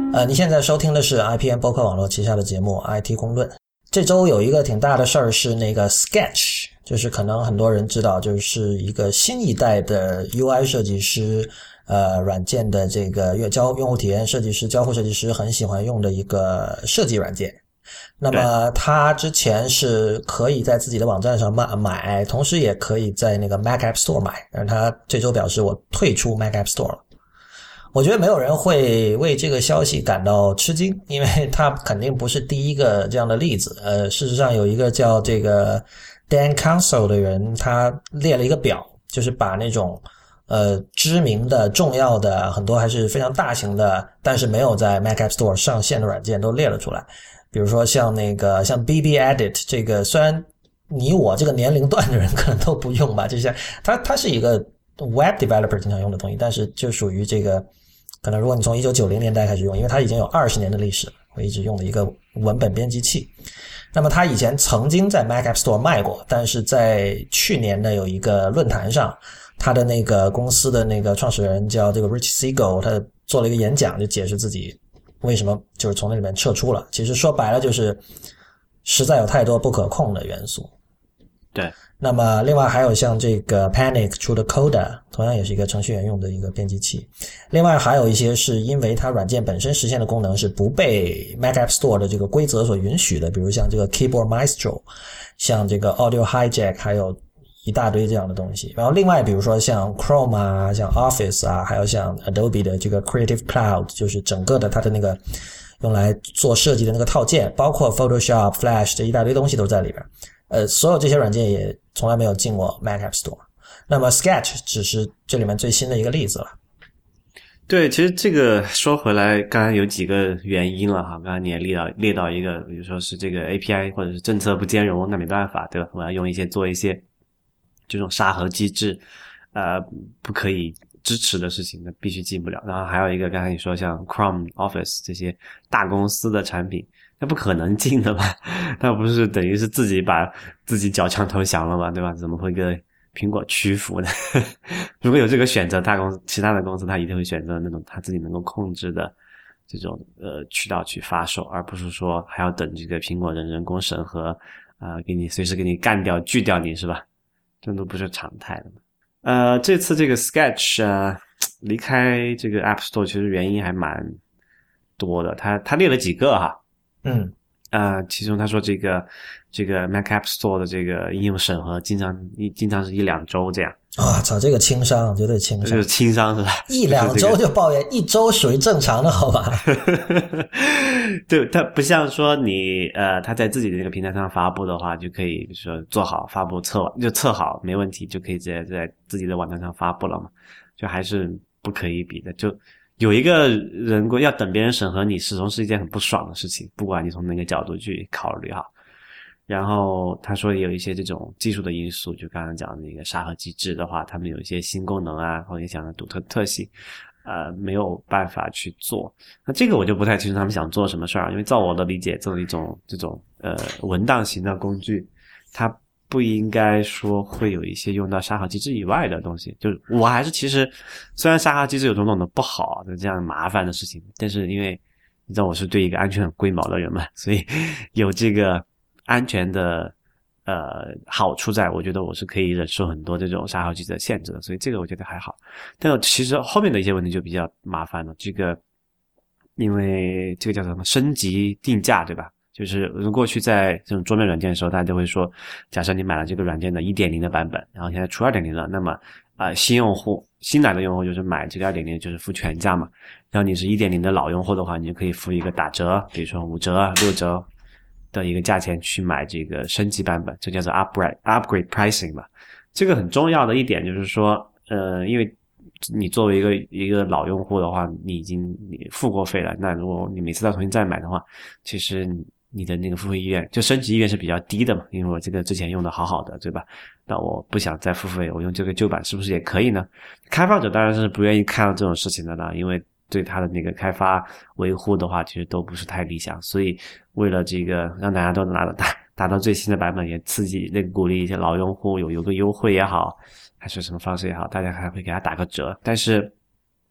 呃，你现在收听的是 I P N 播客网络旗下的节目 I T 公论。这周有一个挺大的事儿是那个 Sketch， 就是可能很多人知道，就是一个新一代的 U I 设计师，呃，软件的这个交用户体验设计师、交互设计师很喜欢用的一个设计软件。那么他之前是可以在自己的网站上买买，同时也可以在那个 Mac App Store 买，但是他这周表示我退出 Mac App Store 了。我觉得没有人会为这个消息感到吃惊，因为他肯定不是第一个这样的例子。呃，事实上有一个叫这个 Dan Council 的人，他列了一个表，就是把那种呃知名的、重要的、很多还是非常大型的，但是没有在 Mac App Store 上线的软件都列了出来。比如说像那个像 B B Edit 这个，虽然你我这个年龄段的人可能都不用吧，就像它它是一个 Web Developer 经常用的东西，但是就属于这个。可能如果你从一九九零年代开始用，因为它已经有二十年的历史了，我一直用的一个文本编辑器。那么它以前曾经在 Mac App Store 卖过，但是在去年呢有一个论坛上，他的那个公司的那个创始人叫这个 Rich Siegel， 他做了一个演讲，就解释自己为什么就是从那里面撤出了。其实说白了就是实在有太多不可控的元素。 对。 那么另外还有像这个 Panic 出的 Coda， 同样也是一个程序员用的一个编辑器。另外还有一些是因为它软件本身实现的功能是不被 Mac App Store 的这个规则所允许的，比如像这个 Keyboard Maestro， 像这个 Audio Hijack， 还有一大堆这样的东西。然后另外比如说像 Chrome 啊，像 Office 啊，还有像 Adobe 的这个 Creative Cloud， 就是整个的它的那个用来做设计的那个套件，包括 Photoshop、Flash 这一大堆东西都在里边。呃，所有这些软件也从来没有进过 Mac App Store。那么 Sketch 只是这里面最新的一个例子了。 对，其实这个说回来，刚刚有几个原因了哈。刚刚你也列到列到一个，比如说是这个 A P I 或者是政策不兼容，那没办法，对吧？我要用一些做一些这种沙盒机制，呃，不可以支持的事情，那必须进不了。然后还有一个，刚才你说像 Chrome、Office 这些大公司的产品。那不可能进的吧？那不是等于是自己把自己缴枪投降了吗？对吧？怎么会跟苹果屈服呢？如果有这个选择，大公司其他的公司他一定会选择那种他自己能够控制的这种呃渠道去发售，而不是说还要等这个苹果的人工审核啊、呃，给你随时给你干掉拒掉你，是吧？这都不是常态的嘛。呃，这次这个 Sketch 啊离开这个 App Store 其实原因还蛮多的，他他列了几个哈。 嗯， 呃，其中他说这个这个 Mac App Store 的这个应用审核经常一经常是一两周这样。 啊、哦，操，这个轻伤，绝对轻伤， 就是轻伤是吧？ 一两周就抱怨，一周属于正常的好吧？ 对，它不像说你呃，他在自己的那个平台上发布的话，就可以比如说做好发布测就测好没问题，就可以直接在自己的网站上发布了嘛，就还是不可以比的，就。有一个人要等别人审核你，始终是一件很不爽的事情，不管你从哪个角度去考虑哈。然后他说有一些这种技术的因素，就刚刚讲的那个沙盒机制的话，他们有一些新功能啊，或者想的独特特性，呃，没有办法去做。那这个我就不太清楚他们想做什么事儿，因为照我的理解，这种一种这种呃文档型的工具，它不应该说会有一些用到沙盒机制以外的东西，就是我还是其实虽然沙盒机制有种种的不好的这样麻烦的事情，但是因为你知道我是对一个安全很龟毛的人嘛，所以有这个安全的呃好处在，我觉得我是可以忍受很多这种沙盒机制的限制的，所以这个我觉得还好。但其实后面的一些问题就比较麻烦了，这个因为这个叫什么升级定价对吧？就是过去在这种桌面软件的时候，大家都会说，假设你买了这个软件的 一点零 的版本，然后现在出 二点零 了，那么啊、呃、新用户新来的用户就是买这个 二点零 就是付全价嘛，然后你是 一点零 的老用户的话，你就可以付一个打折，比如说五折六折的一个价钱去买这个升级版本，这叫做 upgrade upgrade pricing 嘛。这个很重要的一点就是说呃因为你作为一个一个老用户的话，你已经你付过费了，那如果你每次再重新再买的话，其实你的那个付费意愿就升级意愿是比较低的嘛，因为我这个之前用的好好的对吧，那我不想再付费，我用这个旧版是不是也可以呢？开发者当然是不愿意看到这种事情的啦，因为对他的那个开发维护的话其实都不是太理想，所以为了这个让大家都拿到达达到最新的版本，也刺激那个鼓励一些老用户有有个优惠也好，还是什么方式也好，大家还会给他打个折。但是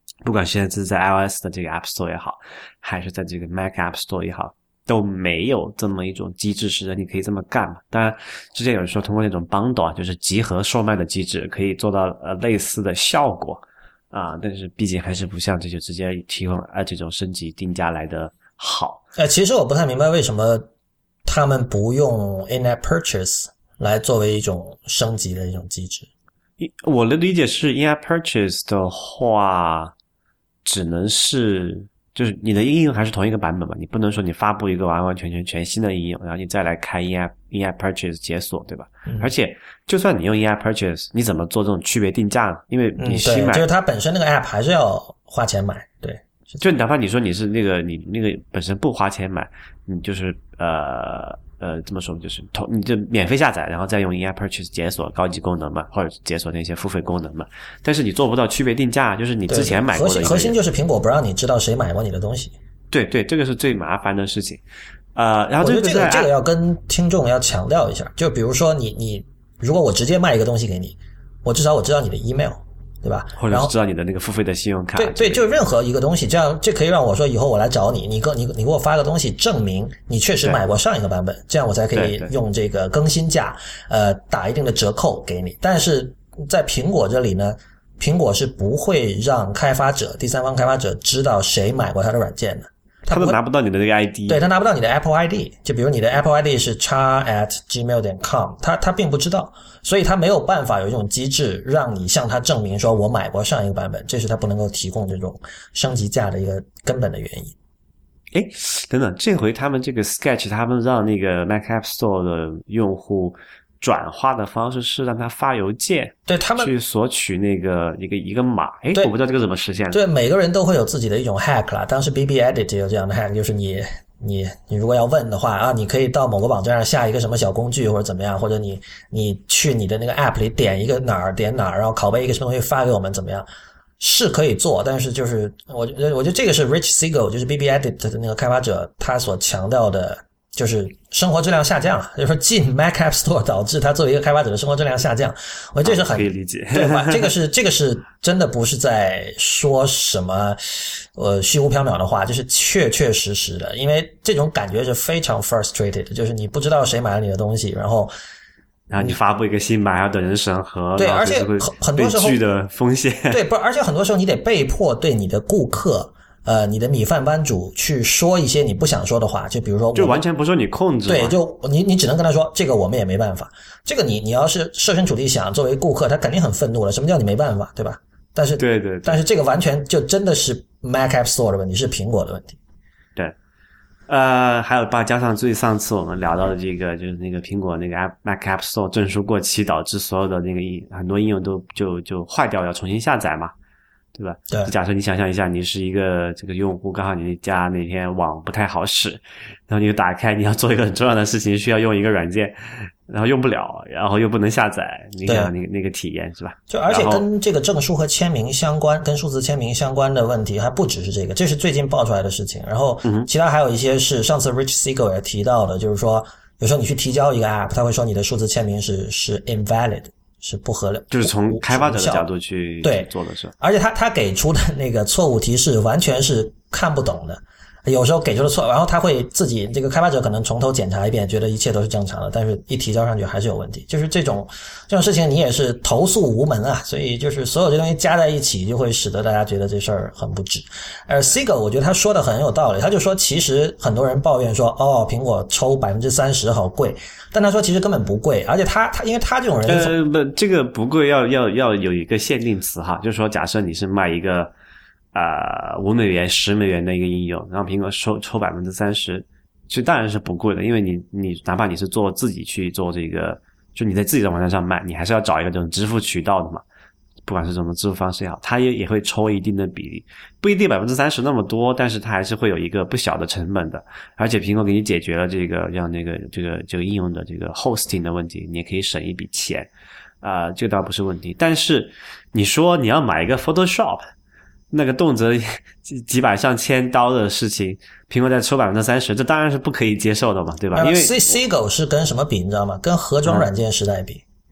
不管现在是在 iOS 的这个 App Store 也好，还是在这个 Mac App Store 也好，都没有这么一种机制使得你可以这么干嘛。当然之前有人说通过那种 bundle 啊，就是集合售卖的机制可以做到呃类似的效果啊，但是毕竟还是不像这就直接提供呃这种升级定价来的好。 呃，其实我不太明白为什么他们不用 in-app purchase 来作为一种升级的一种机制。 我的理解是 in-app purchase 的话只能是就是你的应用还是同一个版本嘛，你不能说你发布一个完完全全全新的应用，然后你再来开 in-app in-app purchase 解锁，对吧？嗯、而且就算你用 in-app purchase， 你怎么做这种区别定价呢？因为你新买、 嗯、对，就是它本身那个 app 还是要花钱买，对。 就哪怕你说你是那个你那个本身不花钱买，你就是呃呃这么说就是投你就免费下载，然后再用 in-app purchase 解锁高级功能嘛，或者解锁那些付费功能嘛。但是你做不到区别定价，就是你之前买过的一个。核心核心就是苹果不让你知道谁买过你的东西。 对对，这个是最麻烦的事情。呃，然后这个我觉得这个这个要跟听众要强调一下，就比如说你你如果我直接卖一个东西给你，我至少我知道你的 email。对吧？ 或者是知道你的那个付费的信用卡。 对对，就任何一个东西，这样这可以让我说以后我来找你，你给你你给我发个东西证明你确实买过上一个版本，这样我才可以用这个更新价呃打一定的折扣给你。但是在苹果这里呢，苹果是不会让开发者第三方开发者知道谁买过他的软件的。 他都拿不到你的那个 I D， 对，他拿不到你的 Apple I D， 就比如你的 Apple I D 是 x at gmail dot com， 他他并不知道，所以他没有办法有一种机制让你向他证明说我买过上一个版本，这是他不能够提供这种升级价的一个根本的原因。 诶，等等，这回他们这个 Sketch 他们让那个 Mac App Store 的用户转化的方式是让他发邮件， 对他们去索取那个一个一个码。诶，我不知道这个怎么实现的。 对，每个人都会有自己的一种 hack 啦。当时 B B Edit 也有这样的 hack， 就是你你你如果要问的话啊，你可以到某个网站上下一个什么小工具或者怎么样，或者你你去你的那个 app 里点一个哪儿点哪儿，然后拷贝一个什么东西发给我们怎么样？是可以做，但是就是我觉得我觉得这个是 Rich Siegel 就是 B B Edit 的那个开发者他所强调的。就是生活质量下降，就是说进 Mac App Store 导致他作为一个开发者的生活质量下降，我觉得这是很、 哦、可以理解， 对吧？这个是这个是真的不是在说什么呃虚无缥缈的话，就是确确实实的，因为这种感觉是非常 frustrated， 就是你不知道谁买了你的东西，然后然后你发布一个新版，还要等人审核， 对，而且很多时候被拒的风险， 对，不，而且很多时候你得被迫对你的顾客。呃，你的米饭班主去说一些你不想说的话，就比如说， 就完全不受你控制。 对，就你你只能跟他说，这个我们也没办法。这个你你要是设身处地想，作为顾客，他肯定很愤怒了。什么叫你没办法，对吧？但是对 对, 对， 但是这个完全就真的是 Mac App Store 的问题，是苹果的问题。 对，呃，还有把加上最上次我们聊到的这个，就是那个苹果那个 App Mac App Store 证书过期，导致所有的那个很多应用都就就坏掉，要重新下载嘛。对吧？ 对。 假设你想象一下，你是一个这个用户，刚好你家那天网不太好使，然后你就打开，你要做一个很重要的事情，需要用一个软件，然后用不了，然后又不能下载，你想那个那个体验是吧？ 就而且跟这个证书和签名相关，跟数字签名相关的问题还不只是这个，这是最近爆出来的事情。然后其他还有一些是上次 Rich Siegel 也提到的，就是说有时候你去提交一个 app， 他会说你的数字签名是是 invalid。是不合理， 就是从开发者的角度去对做的是， 而且他他给出的那个错误提示完全是看不懂的，有时候给出的错，然后他会自己这个开发者可能从头检查一遍，觉得一切都是正常的，但是一提交上去还是有问题。就是这种这种事情你也是投诉无门啊，所以就是所有这东西加在一起，就会使得大家觉得这事儿很不值。而 Siegel 我觉得他说的很有道理，他就说其实很多人抱怨说哦苹果抽 百分之三十 好贵，但他说其实根本不贵，而且他他因为他这种人呃不这个不贵要要要有一个限定词哈，就是说假设你是卖一个呃五美元十美元的一个应用，然后苹果抽抽 百分之三十， 其实当然是不贵的，因为你你哪怕你是做自己去做这个，就你在自己的网站上卖，你还是要找一个这种支付渠道的嘛，不管是什么支付方式也好，它也也会抽一定的比例，不一定 百分之三十 那么多，但是它还是会有一个不小的成本的。而且苹果给你解决了这个让那个这个这个应用的这个 hosting 的问题，你也可以省一笔钱啊、呃，这个倒不是问题。但是你说你要买一个 Photoshop， 那个动辄几几百上千刀的事情，苹果再抽 百分之三十， 这当然是不可以接受的嘛，对吧？因为 Siegel 是跟什么比你知道吗？跟盒装软件时代比。嗯，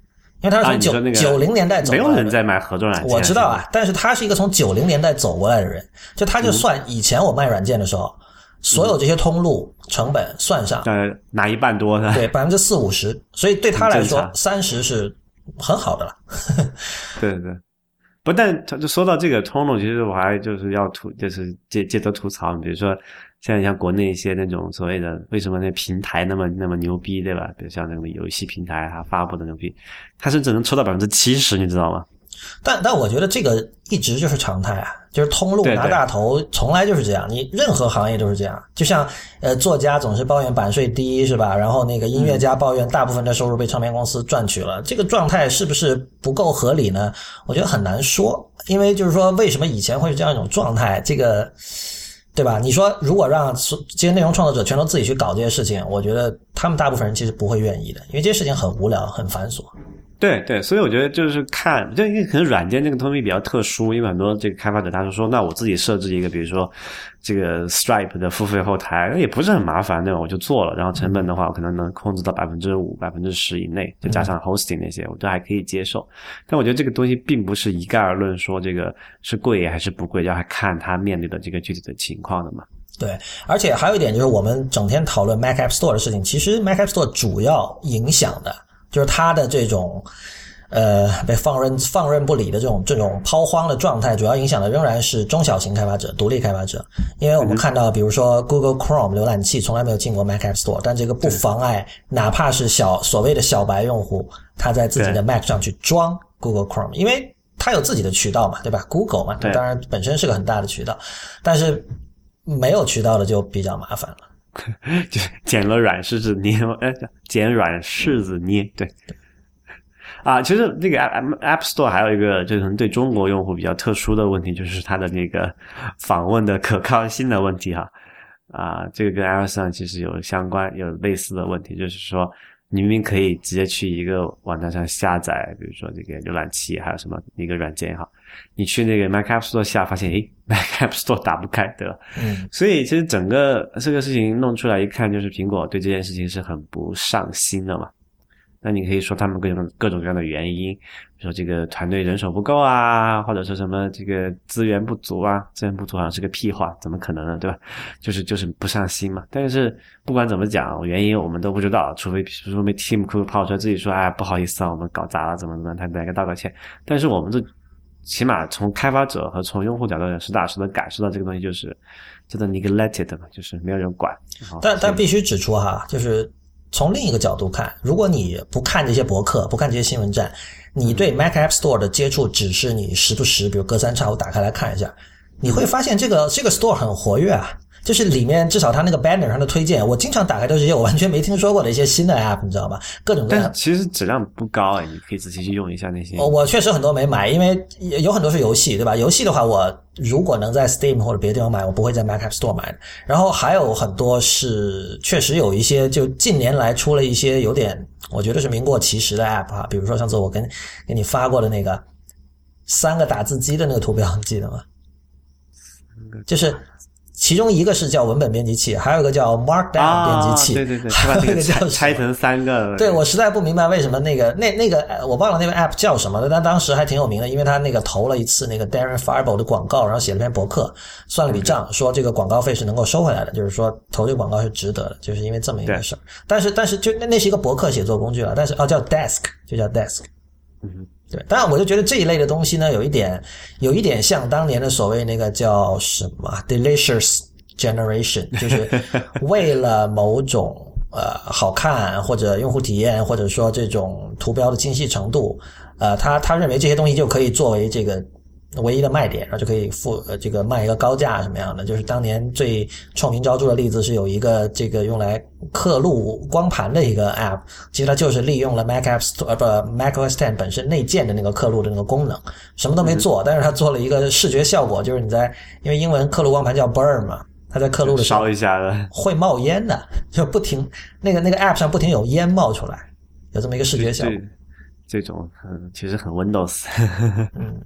因为它是从九啊、 九零年代走过来的， 没有人在买合作软件， 我知道啊，但是他是一个从九零年代走过来的人，就他就算以前我卖软件的时候，嗯、所有这些通路成本算上， 呃，拿一半多的， 对，百分之四五十，所以对他来说，三十是很好的了。 对对。不但就说到这个通路，其实我还就是要吐，就是接接着吐槽，比如说现在像国内一些那种所谓的为什么那平台那么那么牛逼，对吧？比如像那种游戏平台它发布的牛逼，它是只能抽到百分之七十，你知道吗？ 但但我觉得这个一直就是常态啊，就是通路拿大头，从来就是这样。你任何行业都是这样，就像呃作家总是抱怨版税低是吧？然后那个音乐家抱怨大部分的收入被唱片公司赚取了，嗯、这个状态是不是不够合理呢？我觉得很难说，因为就是说为什么以前会是这样一种状态，这个对吧？你说如果让这些内容创作者全都自己去搞这些事情，我觉得他们大部分人其实不会愿意的，因为这些事情很无聊很繁琐。 对对，所以我觉得就是看，就因为可能软件这个东西比较特殊，因为很多这个开发者他就说，那我自己设置一个，比如说这个 Stripe 的付费后台，也不是很麻烦，对吧？我就做了，然后成本的话，我可能能控制到百分之五、百分之十以内，再加上 hosting 那些，我都还可以接受。但我觉得这个东西并不是一概而论说这个是贵还是不贵，要还看它面对的这个具体的情况的嘛。 对，而且还有一点就是，我们整天讨论 Mac App Store 的事情，其实 Mac App Store 主要影响的就是它的这种呃被放任放任不理的这种这种抛荒的状态，主要影响的仍然是中小型开发者、独立开发者。因为我们看到，比如说 Google Chrome 浏览器从来没有进过 Mac App Store， 但这个不妨碍哪怕是小所谓的小白用户，他在自己的 Mac 上去装 Google Chrome， 因为他有自己的渠道嘛，对吧 ？Google 嘛，当然本身是个很大的渠道，但是没有渠道的就比较麻烦了。 就捡了软柿子捏，哎，捡软柿子捏，对。啊，其实这个 App Store 还有一个就是对中国用户比较特殊的问题，就是它的那个访问的可靠性的问题哈。啊，这个跟 iOS 上其实有相关有类似的问题，就是说你明明可以直接去一个网站上下载，比如说这个浏览器还有什么一个软件也好，你去那个 Mac App Store 下发现，诶 Mac App Store 打不开，对吧？ 嗯，所以其实整个这个事情弄出来一看，就是苹果对这件事情是很不上心的嘛。那你可以说他们各种各种各样的原因，比如说这个团队人手不够啊，或者说什么这个资源不足啊，资源不足好像是个屁话，怎么可能呢，对吧？就是就是不上心嘛。但是不管怎么讲，原因我们都不知道，除非除非 Tim Cook 跑出来自己说，哎，不好意思啊，我们搞砸了，怎么怎么样，他来个道个歉。但是我们这起码从开发者和从用户角度实打实的感受到这个东西就是真的 neglected 嘛，就是没有人管。 但但必须指出哈，就是从另一个角度看，如果你不看这些博客，不看这些新闻站，你对 Mac App Store 的接触只是你时不时比如隔三差五打开来看一下，你会发现这个这个 Store 很活跃啊，就是里面至少它那个 banner 上的推荐，我经常打开都是一些我完全没听说过的一些新的 app， 你知道吗？各种各样。 但其实质量不高哎，你可以仔细去用一下那些。 哦，我确实很多没买，因为有很多是游戏，对吧？游戏的话，我如果能在 Steam 或者别的地方买，我不会在 Mac App Store 买的。然后还有很多是确实有一些就近年来出了一些有点我觉得是名过其实的 app 啊，比如说上次我跟给你发过的那个三个打字机的那个图标，你记得吗？就是其中一个是叫文本编辑器，还有一个叫 Markdown 编辑器， 啊、对对对， 还有一个叫拆成三个。 对，我实在不明白为什么那个那那个我忘了那个 app 叫什么了，但当时还挺有名的，因为他那个投了一次那个 Darren Fireball 的广告，然后写了篇博客，算了笔账，说这个广告费是能够收回来的，就是说投这个广告是值得的，就是因为这么一个事儿。但是但是就那那是一个博客写作工具了，但是哦叫 Desk 就叫 Desk。 嗯。 对，当然我就觉得这一类的东西呢，有一点有一点像当年的所谓那个叫什么 Delicious Generation， 就是为了某种呃好看或者用户体验或者说这种图标的精细程度，呃他他认为这些东西就可以作为这个唯一的卖点，然后就可以付呃这个卖一个高价什么样的。就是当年最臭名昭著的例子是有一个这个用来刻录光盘的一个 app， 其实它就是利用了 Mac App Store 呃不 macOS X 本身内建的那个刻录的那个功能，什么都没做，但是它做了一个视觉效果，就是你在因为英文刻录光盘叫 burn 嘛，它在刻录的时候烧一下的会冒烟的，就不停那个那个 app 上不停有烟冒出来，有这么一个视觉效果。 这种嗯其实很 Windows 嗯。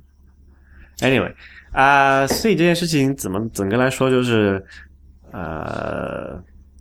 Anyway 啊、呃，所以这件事情怎么整个来说就是呃，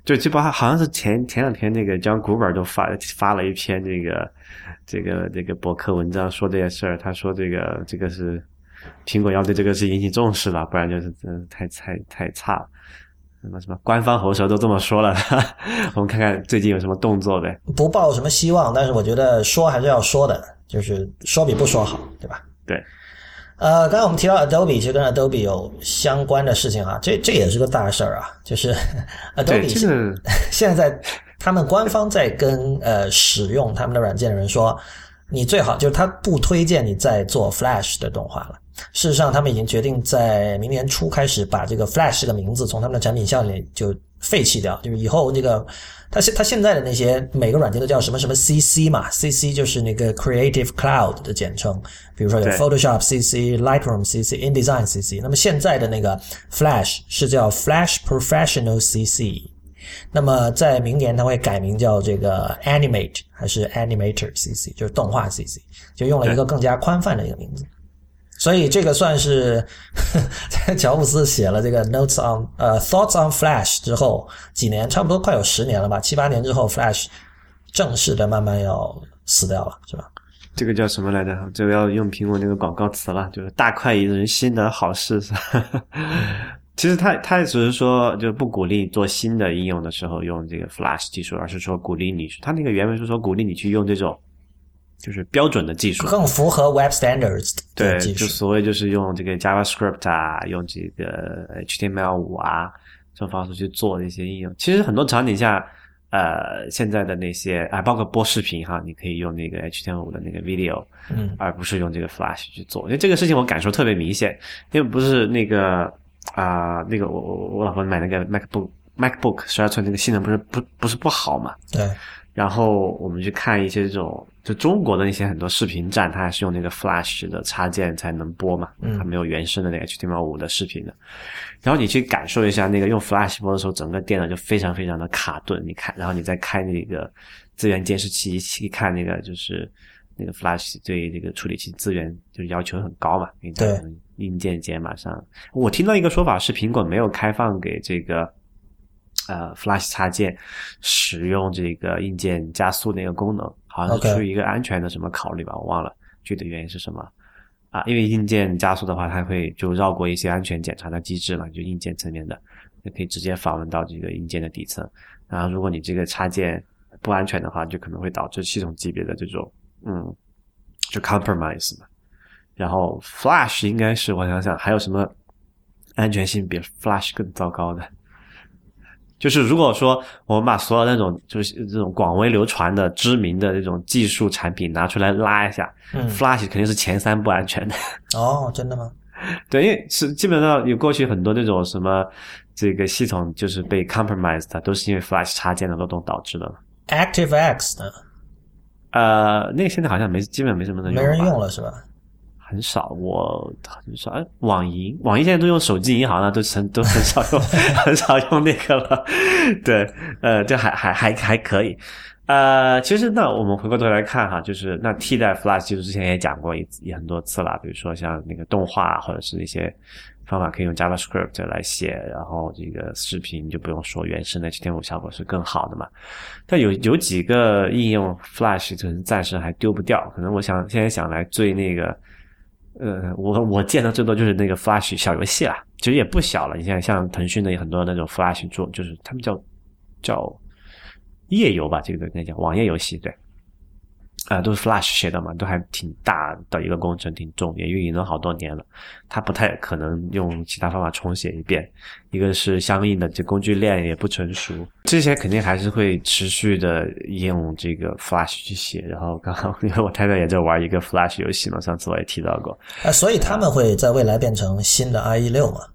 就基本上好像是前前两天那个 John Gruber 都发发了一篇这个这个这个博客文章说这件事儿，他说这个这个是苹果要对这个是引起重视了，不然就是真的太太太差了。什么什么官方喉舌都这么说了，我们看看最近有什么动作呗。 不抱什么希望，但是我觉得说还是要说的，就是说比不说好，对吧？ 对。 呃，刚才我们提到 Adobe， 其实跟 Adobe 有相关的事情啊，这这也是个大事儿啊，就是 Adobe 现、这个、现在他们官方在跟呃使用他们的软件的人说，你最好就是他不推荐你再做 Flash 的动画了。事实上，他们已经决定在明年初开始把这个 Flash 这个名字从他们的产品项里就废弃掉，就是以后这个他他现在的那些每个软件都叫什么什么 C C 嘛 ，C C 就是那个 Creative Cloud 的简称，比如说有 Photoshop C C、Lightroom C C、InDesign C C。那么现在的那个 Flash 是叫 Flash Professional C C。那么在明年它会改名叫这个 Animate 还是 Animator C C， 就是动画 C C， 就用了一个更加宽泛的一个名字。所以这个算是在乔布斯写了这个 Notes on 呃 Thoughts on Flash 之后几年，差不多快有十年了吧，七八年之后 Flash 正式的慢慢要死掉了，是吧？ 这个叫什么来着？这个要用苹果那个广告词了，就是大快人心的好事。其实他他只是说就不鼓励做新的应用的时候用这个 Flash 技术，而是说鼓励你，他那个原文是说鼓励你去用这种就是标准的技术， 更符合 Web Standards 的技术。 对，就所谓就是用这个 JavaScript 啊，用这个 H T M L 五 啊这种方式去做一些应用。其实很多场景下呃现在的那些啊包括播视频哈，你可以用那个 H T M L 五 的那个 video， 嗯，而不是用这个 Flash 去做。因为这个事情我感受特别明显，因为不是那个啊、呃、那个我我我老婆买那个 MacBook MacBook 十二寸那个性能不是不不是不好嘛？ 对。 然后我们去看一些这种就中国的那些很多视频站，它还是用那个 Flash 的插件才能播嘛，它没有原生的那个 H T M L 五 的视频的。然后你去感受一下那个用 Flash 播的时候，整个电脑就非常非常的卡顿。你看，然后你再开那个资源监视器一起看那个，就是那个 Flash 对这个处理器资源就是要求很高嘛，你在硬件间马上。我听到一个说法是苹果没有开放给这个呃 Flash 插件使用这个硬件加速那个功能，好像是出于一个安全的什么考虑吧， okay. 我忘了具体原因是什么啊？因为硬件加速的话，它会就绕过一些安全检查的机制嘛，就硬件层面的，就可以直接访问到这个硬件的底层。然后如果你这个插件不安全的话，就可能会导致系统级别的这种嗯就 compromise 嘛。然后 Flash 应该是我想想还有什么安全性比 Flash 更糟糕的。就是如果说我们把所有那种就是这种广为流传的知名的这种技术产品拿出来拉一下，嗯 Flash 肯定是前三不安全的。 哦，真的吗？ 对，因为是基本上有过去很多那种什么这个系统就是被 compromised 的，都是因为 Flash 插件的漏洞导致的。 ActiveX 呢？ 呃，那个现在好像没基本没什么人用， 没人用了是吧？ 很少，我很少。哎，网银，网银现在都用手机银行了，都很都很少用，很少用那个了。对，呃，这还还还还可以。呃，其实那我们回过头来看哈，就是那替代 Flash 技术之前也讲过一也很多次了，比如说像那个动画或者是一些方法可以用 JavaScript 来写，然后这个视频就不用说原生的 H T M L 五效果是更好的嘛。但有有几个应用 Flash 可能暂时还丢不掉，可能我想现在想来追那个。呃，我我见的最多就是那个 Flash 小游戏啦，其实也不小了。你现在像腾讯的很多那种 Flash 做，就是他们叫叫页游吧，这个应该讲网页游戏，对，啊、呃，都是 Flash 写的嘛，都还挺大的一个工程，挺重，也运营了好多年了。它不太可能用其他方法重写一遍，一个是相应的这工具链也不成熟，这些肯定还是会持续的用这个 Flash 去写。然后刚刚因为我太太也在玩一个 Flash 游戏嘛，上次我也提到过。 啊，所以他们会在未来变成新的 I E 六吗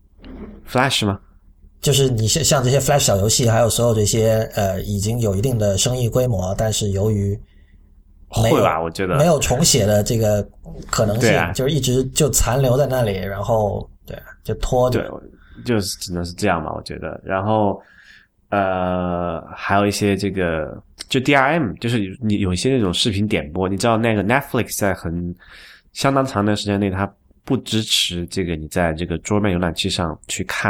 ？Flash 吗？ 就是你像这些 Flash 小游戏，还有所有这些呃已经有一定的生意规模，但是由于会吧，我觉得没有重写的这个可能性， 啊、 就是一直就残留在那里，然后对就拖着， 对，就是只能是这样吧，我觉得。然后呃，还有一些这个就 D R M， 就是你有一些那种视频点播，你知道那个 Netflix 在很相当长的时间内，它不支持这个你在这个桌面浏览器上去看嘛。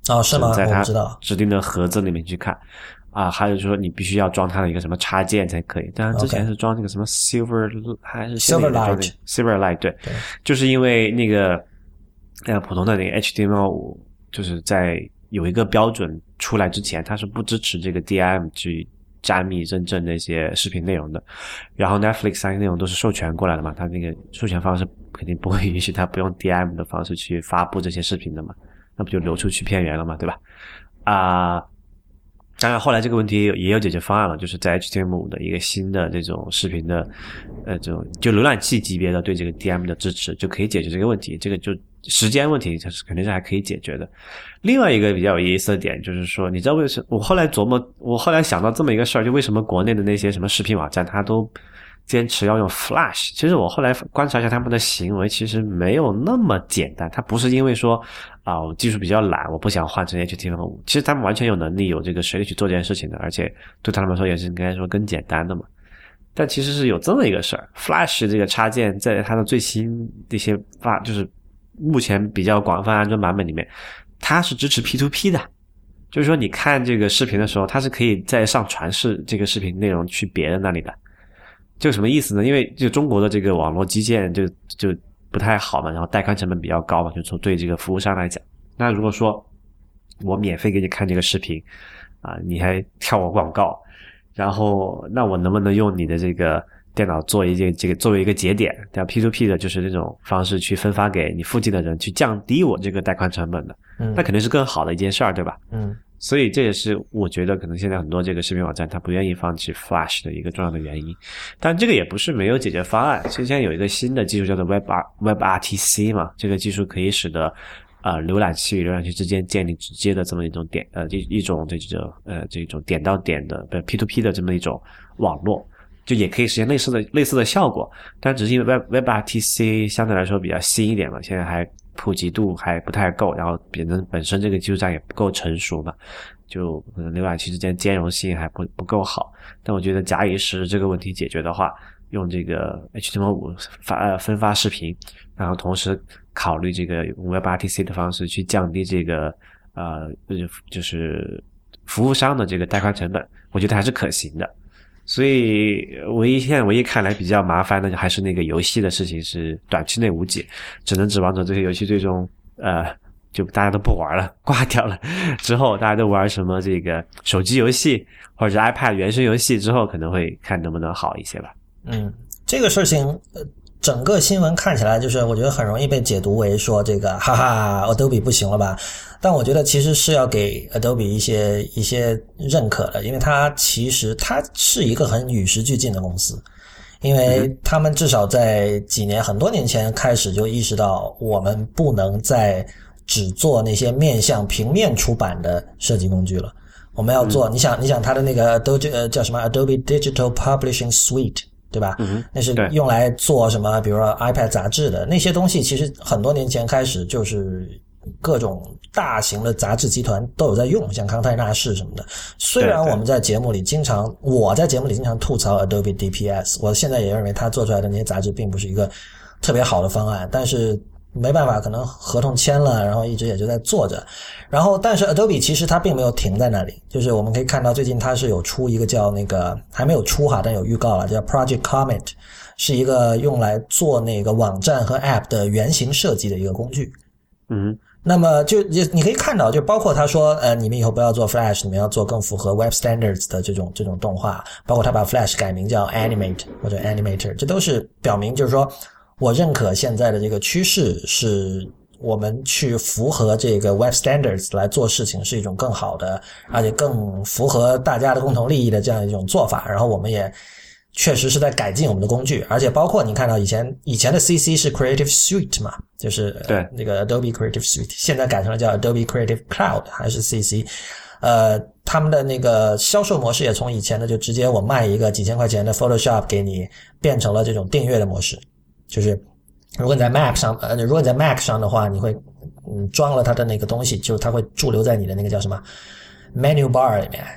哦，是吗？ 在它我不知道指定的盒子里面去看啊，还有就是说你必须要装它的一个什么插件才可以。当然之前是装那个什么 Silver 还是 Silverlight Silverlight 对，对，就是因为那个呃普通的那个 H T M L 五 就是在有一个标准出来之前，它是不支持这个 D R M 去加密认证那些视频内容的。然后 Netflix 那些内容都是授权过来的嘛，它那个授权方式肯定不会允许它不用 D R M 的方式去发布这些视频的嘛，那不就流出去片源了嘛，对吧？啊、呃，当然后来这个问题也有也有解决方案了，就是在 H T M L 五 的一个新的这种视频的呃这种就浏览器级别的对这个 D R M 的支持，就可以解决这个问题。这个就时间问题，它是肯定是还可以解决的。另外一个比较有意思的点就是说，你知道为什么我后来琢磨，我后来想到这么一个事儿，就为什么国内的那些什么视频网站它都坚持要用 Flash。其实我后来观察一下他们的行为，其实没有那么简单。它不是因为说啊，我技术比较懒，我不想换成 H T M L 五。其实他们完全有能力有这个实力去做这件事情的，而且对他们来说也是应该说更简单的嘛。但其实是有这么一个事儿 ，Flash 这个插件在它的最新的一些发，就是目前比较广泛安装版本里面，它是支持 P to P 的。就是说你看这个视频的时候，它是可以再上传是这个视频内容去别人那里的。这个什么意思呢？因为就中国的这个网络基建就就不太好嘛，然后带宽成本比较高嘛，就从对这个服务商来讲。那如果说我免费给你看这个视频啊，你还跳我广告，然后那我能不能用你的这个电脑做一件这个作为一个节点，叫 P to P 的，就是这种方式去分发给你附近的人，去降低我这个带宽成本的， 嗯， 那肯定是更好的一件事儿，对吧？ 嗯， 所以这也是我觉得可能现在很多这个视频网站它不愿意放弃 Flash 的一个重要的原因。但这个也不是没有解决方案，其实现在有一个新的技术叫做 Web WebRTC 嘛，这个技术可以使得呃浏览器与浏览器之间建立直接的这么一种点呃一一种这种呃这种点到点的 P to P 的这么一种网络。就也可以实现类似的类似的效果，但只是因为 WebRTC 相对来说比较新一点嘛，现在还普及度还不太够，然后本身这个技术上也不够成熟嘛，就可能浏览器之间兼容性还不不够好。但我觉得假以时日这个问题解决的话，用这个 H T M L 五 发呃分发视频，然后同时考虑这个用 WebRTC 的方式去降低这个呃就是服务商的这个带宽成本，我觉得还是可行的。所以唯一现在唯一看来比较麻烦的还是那个游戏的事情是短期内无解，只能指望着这些游戏最终呃就大家都不玩了，挂掉了之后大家都玩什么这个手机游戏或者 iPad 原生游戏之后，可能会看能不能好一些吧。 嗯，这个事情呃整个新闻看起来就是我觉得很容易被解读为说这个哈哈 Adobe 不行了吧，但我觉得其实是要给 Adobe 一些一些认可的，因为它其实它是一个很与时俱进的公司，因为他们至少在几年很多年前开始就意识到我们不能再只做那些面向平面出版的设计工具了，我们要做、嗯、你想你想它的那个 Adobe 呃叫什么 Adobe Digital Publishing Suite对吧、 嗯、 那是用来做什么比如说 iPad 杂志的那些东西，其实很多年前开始就是各种大型的杂志集团都有在用，像康泰纳仕什么的。虽然我们在节目里经常我在节目里经常吐槽 Adobe D P S， 我现在也认为他做出来的那些杂志并不是一个特别好的方案，但是没办法，可能合同签了，然后一直也就在做着。然后但是 Adobe 其实它并没有停在那里，就是我们可以看到最近它是有出一个叫那个还没有出哈，但有预告了，叫 Project Comet， 是一个用来做那个网站和 App 的原型设计的一个工具。 嗯， 那么就你可以看到，就包括他说呃你们以后不要做 Flash， 你们要做更符合 Web Standards 的这种这种动画，包括他把 Flash 改名叫 Animate 或者 Animator， 这都是表明就是说我认可现在的这个趋势是我们去符合这个 Web Standards 来做事情是一种更好的而且更符合大家的共同利益的这样一种做法，然后我们也确实是在改进我们的工具，而且包括你看到以前以前的 C C 是 Creative Suite 嘛，就是对那个 Adobe Creative Suite， 现在改成了叫 Adobe Creative Cloud 还是 C C， 呃他们的那个销售模式也从以前的就直接我卖一个几千块钱的 Photoshop 给你变成了这种订阅的模式，就是如果你在 Mac 上呃如果你在 Mac 上的话，你会嗯装了它的那个东西，就是它会驻留在你的那个叫什么 menu bar 里面，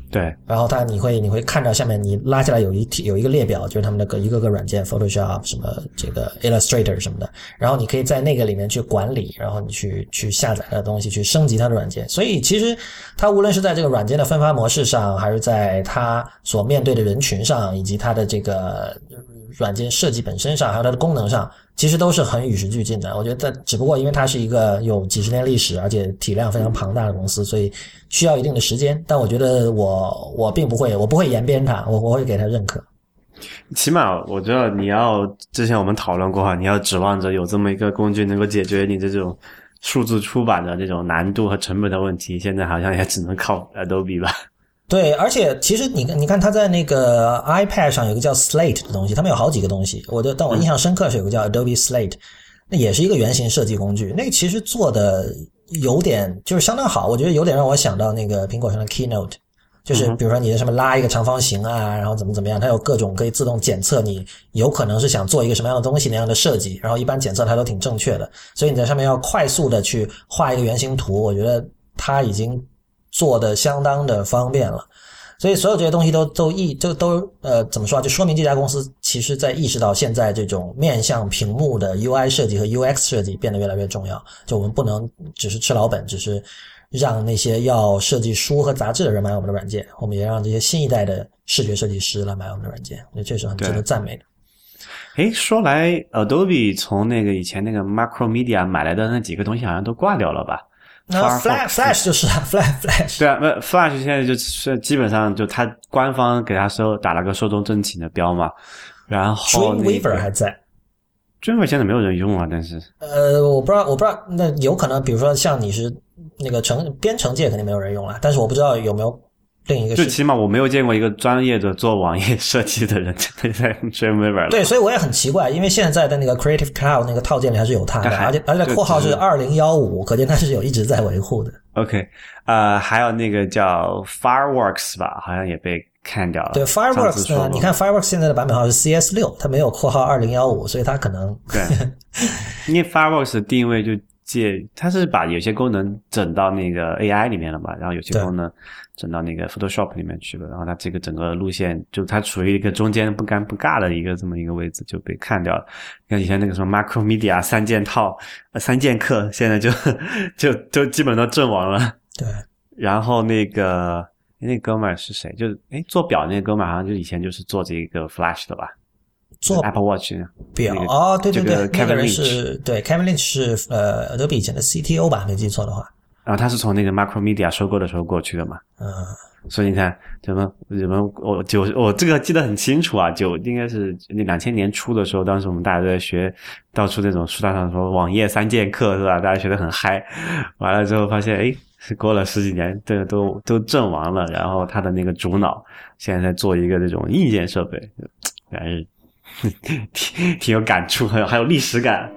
对， 然后它你会你会看到下面你拉下来有一有一个列表，就是他们的个一个个软件 Photoshop 什么这个 Illustrator 什么的，然后你可以在那个里面去管理，然后你去去下载它的东西，去升级它的软件。所以其实它无论是在这个软件的分发模式上，还是在它所面对的人群上，以及它的这个软件设计本身上，还有它的功能上，其实都是很与时俱进的。我觉得只不过因为它是一个有几十年历史而且体量非常庞大的公司，所以需要一定的时间，但我觉得我我并不会我不会延边它，我我会给它认可。 起码我觉得你要之前我们讨论过，你要指望着有这么一个工具能够解决你这种数字出版的这种难度和成本的问题，现在好像也只能靠 Adobe 吧。 对，而且其实你你看它在那个 iPad 上有一个叫 Slate 的东西，他们有好几个东西，我就但我印象深刻是有个叫 Adobe Slate，那也是一个原型设计工具，那个其实做的有点就是相当好，我觉得有点让我想到那个苹果上的 Keynote， 就是比如说你的什么拉一个长方形啊，然后怎么怎么样，它有各种可以自动检测你有可能是想做一个什么样的东西那样的设计，然后一般检测它都挺正确的，所以你在上面要快速的去画一个原型图，我觉得它已经做的相当的方便了。所以所有这些东西都都意就都呃怎么说啊，就说明这家公司其实在意识到现在这种面向屏幕的 U I 设计和 U X 设计变得越来越重要，就我们不能只是吃老本，只是让那些要设计书和杂志的人买我们的软件，我们也让这些新一代的视觉设计师来买我们的软件，我觉得这是很值得赞美的。 诶，说来 Adobe 从那个以前那个 Macromedia 买来的那几个东西好像都挂掉了吧？ 那 Flash Flash 就是啊 Flash Flash 对啊 Flash 现在就是基本上就他官方给他收打了个寿终正寝的标嘛，然后、那个、 Dreamweaver 还在 Dreamweaver 现在没有人用啊，但是呃我不知道我不知道那有可能比如说像你是那个程编程界肯定没有人用了，但是我不知道有没有另一个， 就起码我没有见过一个专业的做网页设计的人在 Dreamweaver。 对，所以我也很奇怪，因为现在的那个 Creative Cloud 那个套件里还是有它的，而且而且括号是二零一五，可见它是有一直在维护的。 OK， 呃，还有那个叫 Fireworks 吧，好像也被看掉了。 对 ，Fireworks 呢？你看 Fireworks 现在的版本号是 C S 六， 它没有括号二零一五，所以它可能对，因为 Fireworks 的定位就借，它是把有些功能整到那个 A I 里面了嘛，然后有些功能整到那个 Photoshop 里面去了，然后它这个整个路线就它处于一个中间不尴不尬的一个这么一个位置就被看掉了。像以前那个什么 Macromedia 三件套、呃、三剑客，现在就就就基本都阵亡了。 对， 然后那个那哥们儿是谁？就是诶做表那哥们儿好像就以前就是做这个 Flash 的吧？做 Apple Watch 表、 那个、 哦，对对对， 这个、 那个人是对 Kevin Lynch 是呃 Adobe 以前的 C T O 吧，没记错的话。 然后他是从那个 Macromedia 收购的时候过去的嘛。 嗯。 所以你看，怎么怎么我九我这个记得很清楚啊，九应该是那两千年初的时候，当时我们大家都在学，到处那种书单上说网页三剑客是吧？大家学得很嗨，完了之后发现，诶，过了十几年，这个都都阵亡了。然后他的那个主脑现在在做一个这种硬件设备，还是挺挺有感触，还有还有历史感。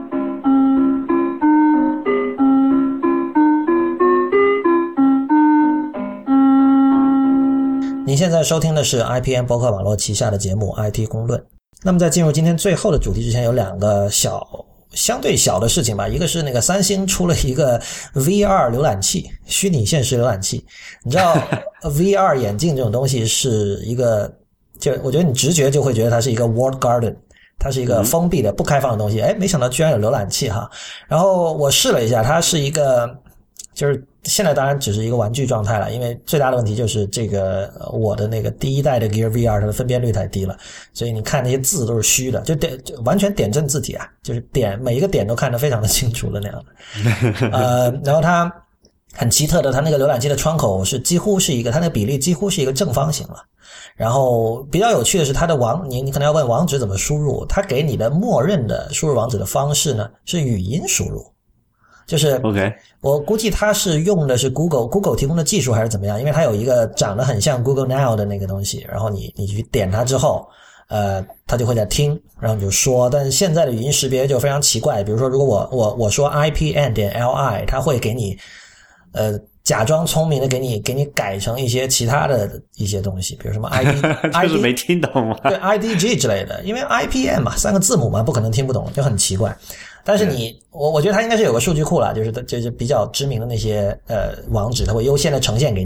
您现在收听的是 I P M 播客网络旗下的节目 I T 公论。那么在进入今天最后的主题之前，有两个小相对小的事情吧。一个是那个三星出了一个 V R 浏览器，虚拟现实浏览器。你知道 V R 眼镜这种东西是一个，就我觉得你直觉就会觉得它是一个 walled garden， 它是一个封闭的不开放的东西。诶，没想到居然有浏览器哈。然后我试了一下，它是一个就是现在当然只是一个玩具状态了，因为最大的问题就是这个我的那个第一代的 Gear V R 它的分辨率太低了，所以你看那些字都是虚的，就点就完全点阵字体啊，就是点每一个点都看得非常的清楚的那样的。呃，然后它很奇特的，它那个浏览器的窗口是几乎是一个，它那个比例几乎是一个正方形了。然后比较有趣的是它的网，你你可能要问网址怎么输入，它给你的默认的输入网址的方式呢是语音输入。就是 OK， 我估计它是用的是 Google Google 提供的技术还是怎么样，因为它有一个长得很像 Google Now 的那个东西，然后你你去点它之后，呃，它就会在听，然后你就说。但是现在的语音识别就非常奇怪，比如说如果我我我说 I P N 点 L I， 它会给你呃假装聪明的给你给你改成一些其他的一些东西，比如什么 I D 就是没听懂嘛， 对 I D G 之类的，因为 I P N 嘛，三个字母嘛，不可能听不懂，就很奇怪。但是你我我觉得它应该是有个数据库啦，就是就是比较知名的那些呃网址，它会优先的呈现给你，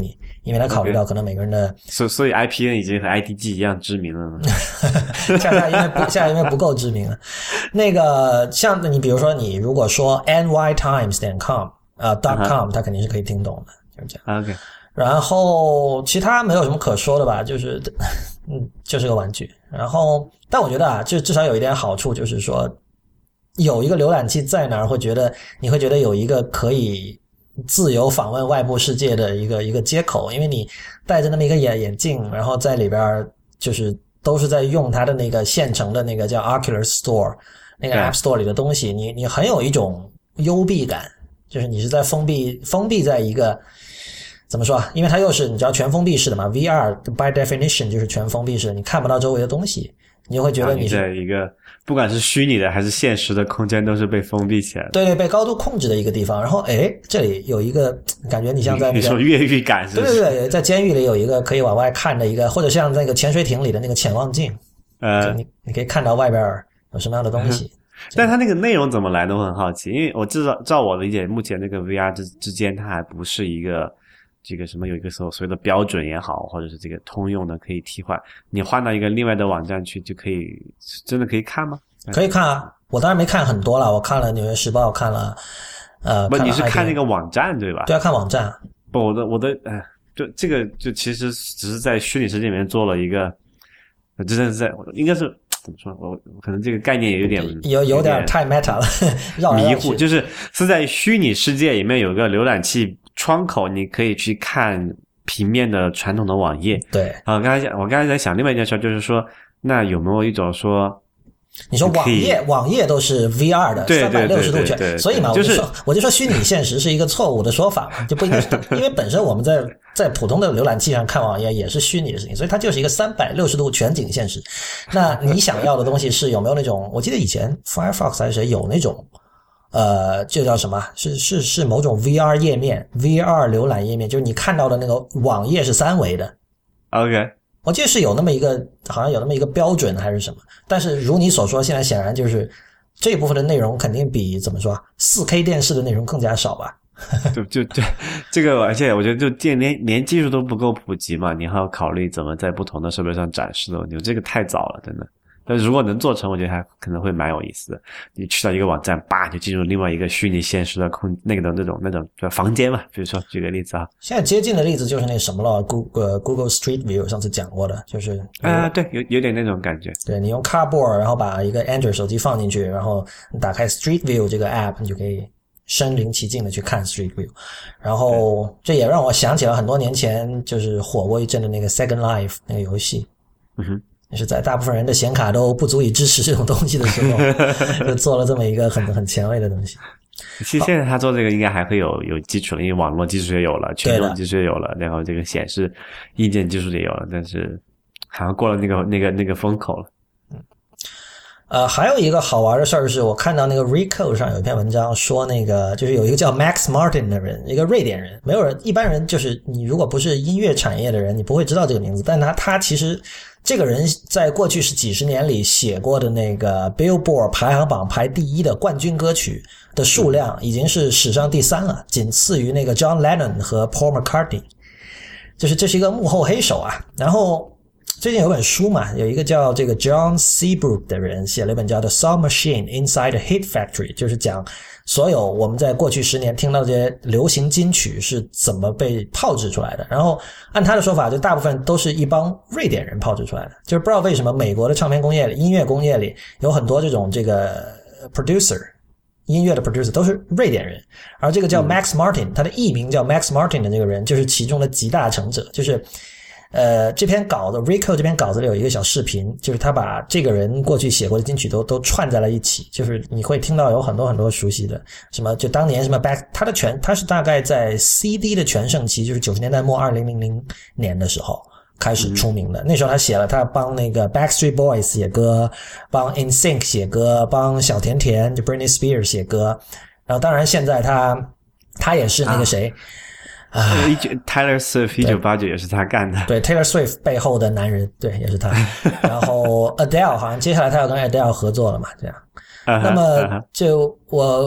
因为他考虑到可能每个人的， 所、okay. 所以 I P N 已经和 I D G 一样知名了呢。 现在因为不现在因为不够知名了。那个像你比如说你如果说 N Y Times 点 com 呃 .com， 他肯定是可以听懂的，就是这样。 OK。 然后其他没有什么可说的吧，就是嗯，就是个玩具。然后但我觉得啊，就至少有一点好处，就是说有一个浏览器在那儿，会觉得你会觉得有一个可以自由访问外部世界的一个一个接口，因为你戴着那么一个眼眼镜，然后在里边就是都是在用它的那个现成的那个叫 Oculus Store 那个 App Store 里的东西，你你很有一种幽闭感，就是你是在封闭封闭在一个怎么说？因为它又是你知道全封闭式的嘛 ，V R by definition 就是全封闭式的，你看不到周围的东西，你就会觉得你是在一个不管是虚拟的还是现实的空间都是被封闭起来的。 对对，被高度控制的一个地方。然后诶，这里有一个感觉你像在那个你说越狱感是不是？ 对对对，在监狱里有一个可以往外看的一个，或者像那个潜水艇里的那个潜望镜，呃，你你可以看到外边有什么样的东西。嗯， 但它那个内容怎么来的我很好奇，因为我知道照我理解，目前那个 V R 之之间它还不是一个这个什么有一个所谓的标准也好，或者是这个通用的可以替换，你换到一个另外的网站去就可以真的可以看吗？ 可以看啊，我当然没看很多了，我看了《纽约时报》，看了呃， 不，你是看那个网站对吧？ 对啊，看网站。 不，我的我的呃，就这个就其实只是在虚拟世界里面做了一个，真的是在应该是怎么说？我可能这个概念也有点有有点太 meta 了，绕来绕去迷糊，就是是在虚拟世界里面有个浏览器窗口，你可以去看平面的传统的网页。 对， 啊，我刚才想，我刚才在想另外一件事，就是说，那有没有一种说？ 你说网页网页都是 V R 的三百六十度全，所以嘛， 就是、 我就说我就说虚拟现实是一个错误的说法嘛，就不应该，因为本身我们在在普通的浏览器上看网页也是虚拟的事情，所以它就是一个三百六十度全景现实。那你想要的东西是有没有那种？我记得以前 Firefox 还是谁有那种，呃，这叫什么？是是是某种 V R 页面 ，V R 浏览页面，就是你看到的那个网页是三维的。 OK。 我记得是有那么一个，好像有那么一个标准还是什么，但是如你所说，现在显然就是这一部分的内容肯定比怎么说 四 K 电视的内容更加少吧？ 就就就这个，而且我觉得就连连技术都不够普及嘛，你还要考虑怎么在不同的设备上展示的问题，这个太早了，真的。但是如果能做成，我觉得还可能会蛮有意思的。你去到一个网站，叭就进入另外一个虚拟现实的空那个的那种那种房间嘛，比如说举个例子啊。 现在接近的例子就是那什么了 ，Google Google Street View 上次讲过的，就是啊、呃，对，有有点那种感觉。 对，你用 Cardboard， 然后把一个 Android 手机放进去，然后你打开 Street View 这个 app， 你就可以身临其境的去看 Street View。然后这也让我想起了很多年前就是火过一阵的那个 Second Life 那个游戏。 嗯哼。 是在大部分人的显卡都不足以支持这种东西的时候，就做了这么一个很很前卫的东西。 其实现在他做这个应该还会有有基础了，因为网络技术也有了，群众技术也有了，然后这个显示硬件技术也有了，但是好像过了那个那个那个风口了。 嗯，呃，还有一个好玩的事儿是我看到那个 Recode 上有一篇文章说，那个就是有一个叫 Max Martin 的人，一个瑞典人，没有人一般人就是你如果不是音乐产业的人，你不会知道这个名字，但他他其实。这个人在过去是几十年里写过的那个 Billboard 排行榜排第一的冠军歌曲的数量已经是史上第三了，仅次于那个 John Lennon 和 Paul McCartney。就是这是一个幕后黑手啊。然后最近有本书嘛，有一个叫这个 John Seabrook 的人写了一本叫 The Sound Machine Inside a Hit Factory， 就是讲所有我们在过去十年听到的这些流行金曲是怎么被炮制出来的。然后按他的说法，就大部分都是一帮瑞典人炮制出来的，就是不知道为什么美国的唱片工业里音乐工业里有很多这种这个 producer 音乐的 producer 都是瑞典人，而这个叫 Max Martin， 他的艺名叫 Max Martin 的这个人就是其中的集大成者。就是呃，这篇稿子 Rico 这篇稿子里有一个小视频，就是他把这个人过去写过的金曲都都串在了一起，就是你会听到有很多很多熟悉的，什么就当年什么 back， 他的全他是大概在 C D 的全盛期，就是九十年代末二零零零年的时候开始出名的。嗯、那时候他写了，他帮那个 Backstreet Boys 写歌，帮 N Sync 写歌，帮小甜甜就 Britney Spears 写歌。然后当然现在他他也是那个谁。 啊，Taylor Swift 一九八九也是他干的。 对 ，Taylor Swift 背后的男人，对，也是他。然后 Adele 好像接下来他要跟 Adele 合作了嘛，这样。 Uh-huh, 那么就我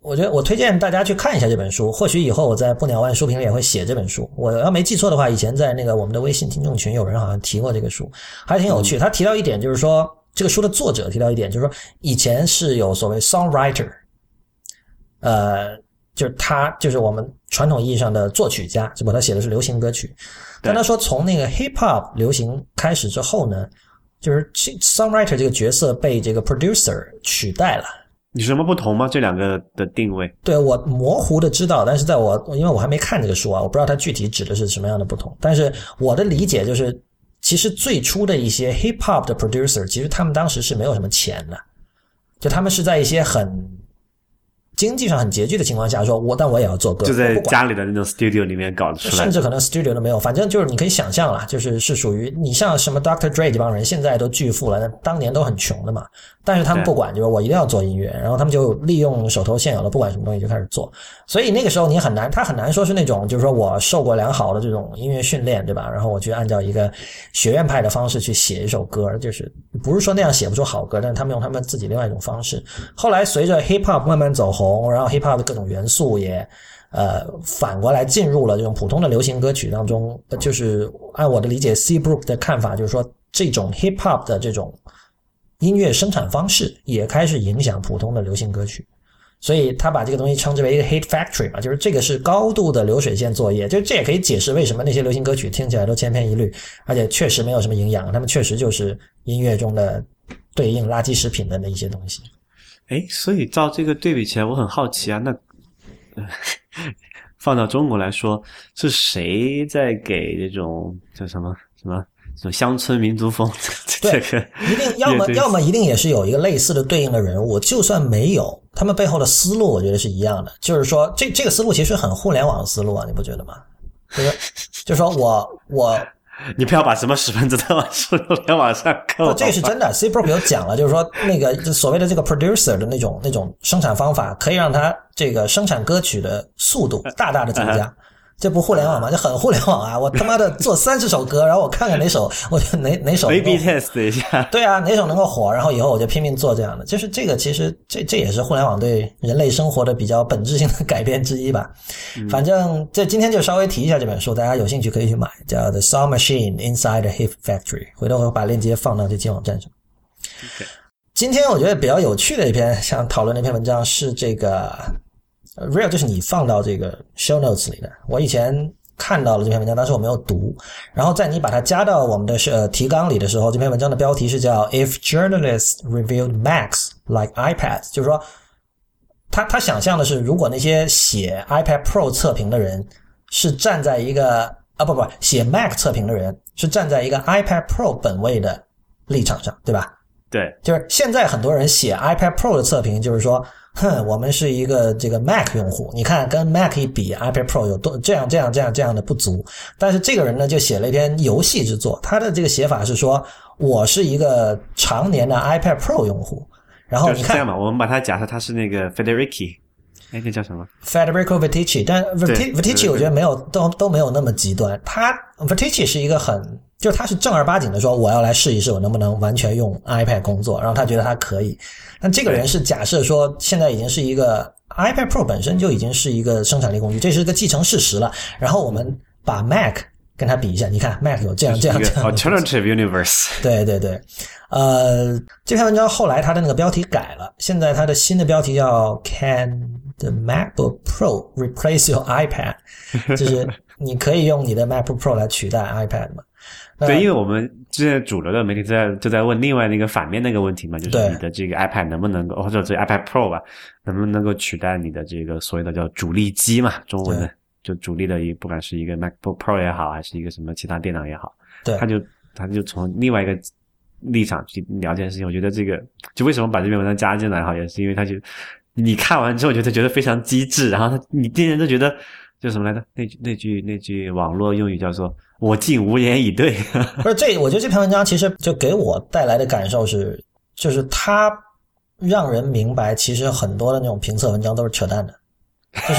我觉得我推荐大家去看一下这本书，或许以后我在不鸟万书评里也会写这本书。我要没记错的话，以前在那个我们的微信听众群有人好像提过这个书，还挺有趣。他提到一点就是说，这个书的作者提到一点就是说，以前是有所谓 songwriter， 呃，就是他就是我们传统意义上的作曲家，只不过他写的是流行歌曲。但他说从那个 hip hop 流行开始之后呢，就是 songwriter 这个角色被这个 producer 取代了。 有什么不同吗？这两个的定位？ 对，我模糊的知道，但是在我因为我还没看这个书啊，我不知道它具体指的是什么样的不同。但是我的理解就是，其实最初的一些 hip hop 的 producer， 其实他们当时是没有什么钱的，就他们是在一些很经济上很拮据的情况下说，我但我也要做歌， 就在家里的那种 studio 里面搞出来， 甚至可能 studio 都没有，反正就是你可以想象啦，就是是属于你像什么 doctor Dre 这帮人现在都巨富了，那当年都很穷的嘛，但是他们不管，就是我一定要做音乐，然后他们就利用手头现有的不管什么东西就开始做，所以那个时候你很难，他很难说是那种就是说我受过良好的这种音乐训练，对吧？然后我去按照一个学院派的方式去写一首歌，就是不是说那样写不出好歌，但是他们用他们自己另外一种方式。后来随着 hip hop 慢慢走红，然后 hip hop 的各种元素也呃反过来进入了这种普通的流行歌曲当中，就是按我的理解 Seabrook 的看法就是说，这种 hip hop 的这种音乐生产方式也开始影响普通的流行歌曲，所以他把这个东西称之为一个 hit factory 嘛，就是这个是高度的流水线作业，就这也可以解释为什么那些流行歌曲听起来都千篇一律，而且确实没有什么营养，他们确实就是音乐中的对应垃圾食品的那一些东西。 诶，所以照这个对比起来，我很好奇啊，那、呃、放到中国来说，是谁在给这种叫什么什么这种乡村民族风这个一定要么要么一定也是有一个类似的对应的人物，就算没有，他们背后的思路我觉得是一样的，就是说这这个思路其实很互联网的思路啊，你不觉得吗？就是就是说我我你不要把什么十分之都往互联网上扣。 这个是真的 Seabrook 有讲了，就是说那个所谓的这个 producer 的那种那种生产方法可以让他这个生产歌曲的速度大大的增加。这不互联网吗？这很互联网啊！我他妈的做三十首歌，然后我看看哪首，我觉得哪哪首 A B test 一下。 对啊，哪首能够火，然后以后我就拼命做这样的。就是这个，其实这这也是互联网对人类生活的比较本质性的改变之一吧。嗯、反正这今天就稍微提一下这本书，大家有兴趣可以去买，叫 The Song Machine Inside a Hit Factory。回头我把链接放到这期网站上。 Okay. 今天我觉得比较有趣的一篇想讨论的一篇文章是这个。Real 就是你放到这个 show notes 里的，我以前看到了这篇文章，但是我没有读，然后在你把它加到我们的呃提纲里的时候，这篇文章的标题是叫 If Journalists Reviewed Macs Like iPads， 就是说他他想象的是如果那些写 iPad Pro 测评的人是站在一个啊不不写 Mac 测评的人是站在一个 iPad Pro 本位的立场上，对吧？ 对， 就是现在很多人写 iPad Pro 的测评就是说哼，我们是一个这个 Mac 用户，你看跟 Mac 一比 iPad Pro 有多这样这样这样这样的不足。但是这个人呢就写了一篇游戏之作，他的这个写法是说我是一个常年的 iPad Pro 用户，然后你看、 就是这样嘛，我们把它假设他是那个 Federici， 哎，那叫什么 Federico Viticci， 但 Viticci 我觉得没有都都没有那么极端，他 Viticci 是一个很就是他是正儿八经的说我要来试一试我能不能完全用 iPad 工作，然后他觉得他可以。但这个人是假设说现在已经是一个 iPad Pro 本身就已经是一个生产力工具，这是一个既成事实了，然后我们把 Mac 跟他比一下，你看 Mac 有这样这样这样 alternative universe。 对对对，呃这篇文章后来他的那个标题改了，现在他的新的标题叫 Can the MacBook Pro replace your iPad， 就是你可以用你的 MacBook Pro 来取代 iPad 嘛。 对，因为我们之前主流的媒体在就在问另外那个反面那个问题嘛，就是你的这个 iPad 能不能够，或者这个 iPad Pro 吧，能不能够取代你的这个所谓的叫主力机嘛，中文的就主力的一不管是一个 MacBook Pro 也好，还是一个什么其他电脑也好， 对， 他就他就从另外一个立场去聊这件事情。我觉得这个就为什么把这篇文章加进来哈，也是因为他就你看完之后觉得觉得非常机智，然后他你第一人都觉得就什么来着？那句那句那句网络用语叫做我竟无言以对。 不是这，我觉得这篇文章其实就给我带来的感受是，就是它让人明白，其实很多的那种评测文章都是扯淡的。就是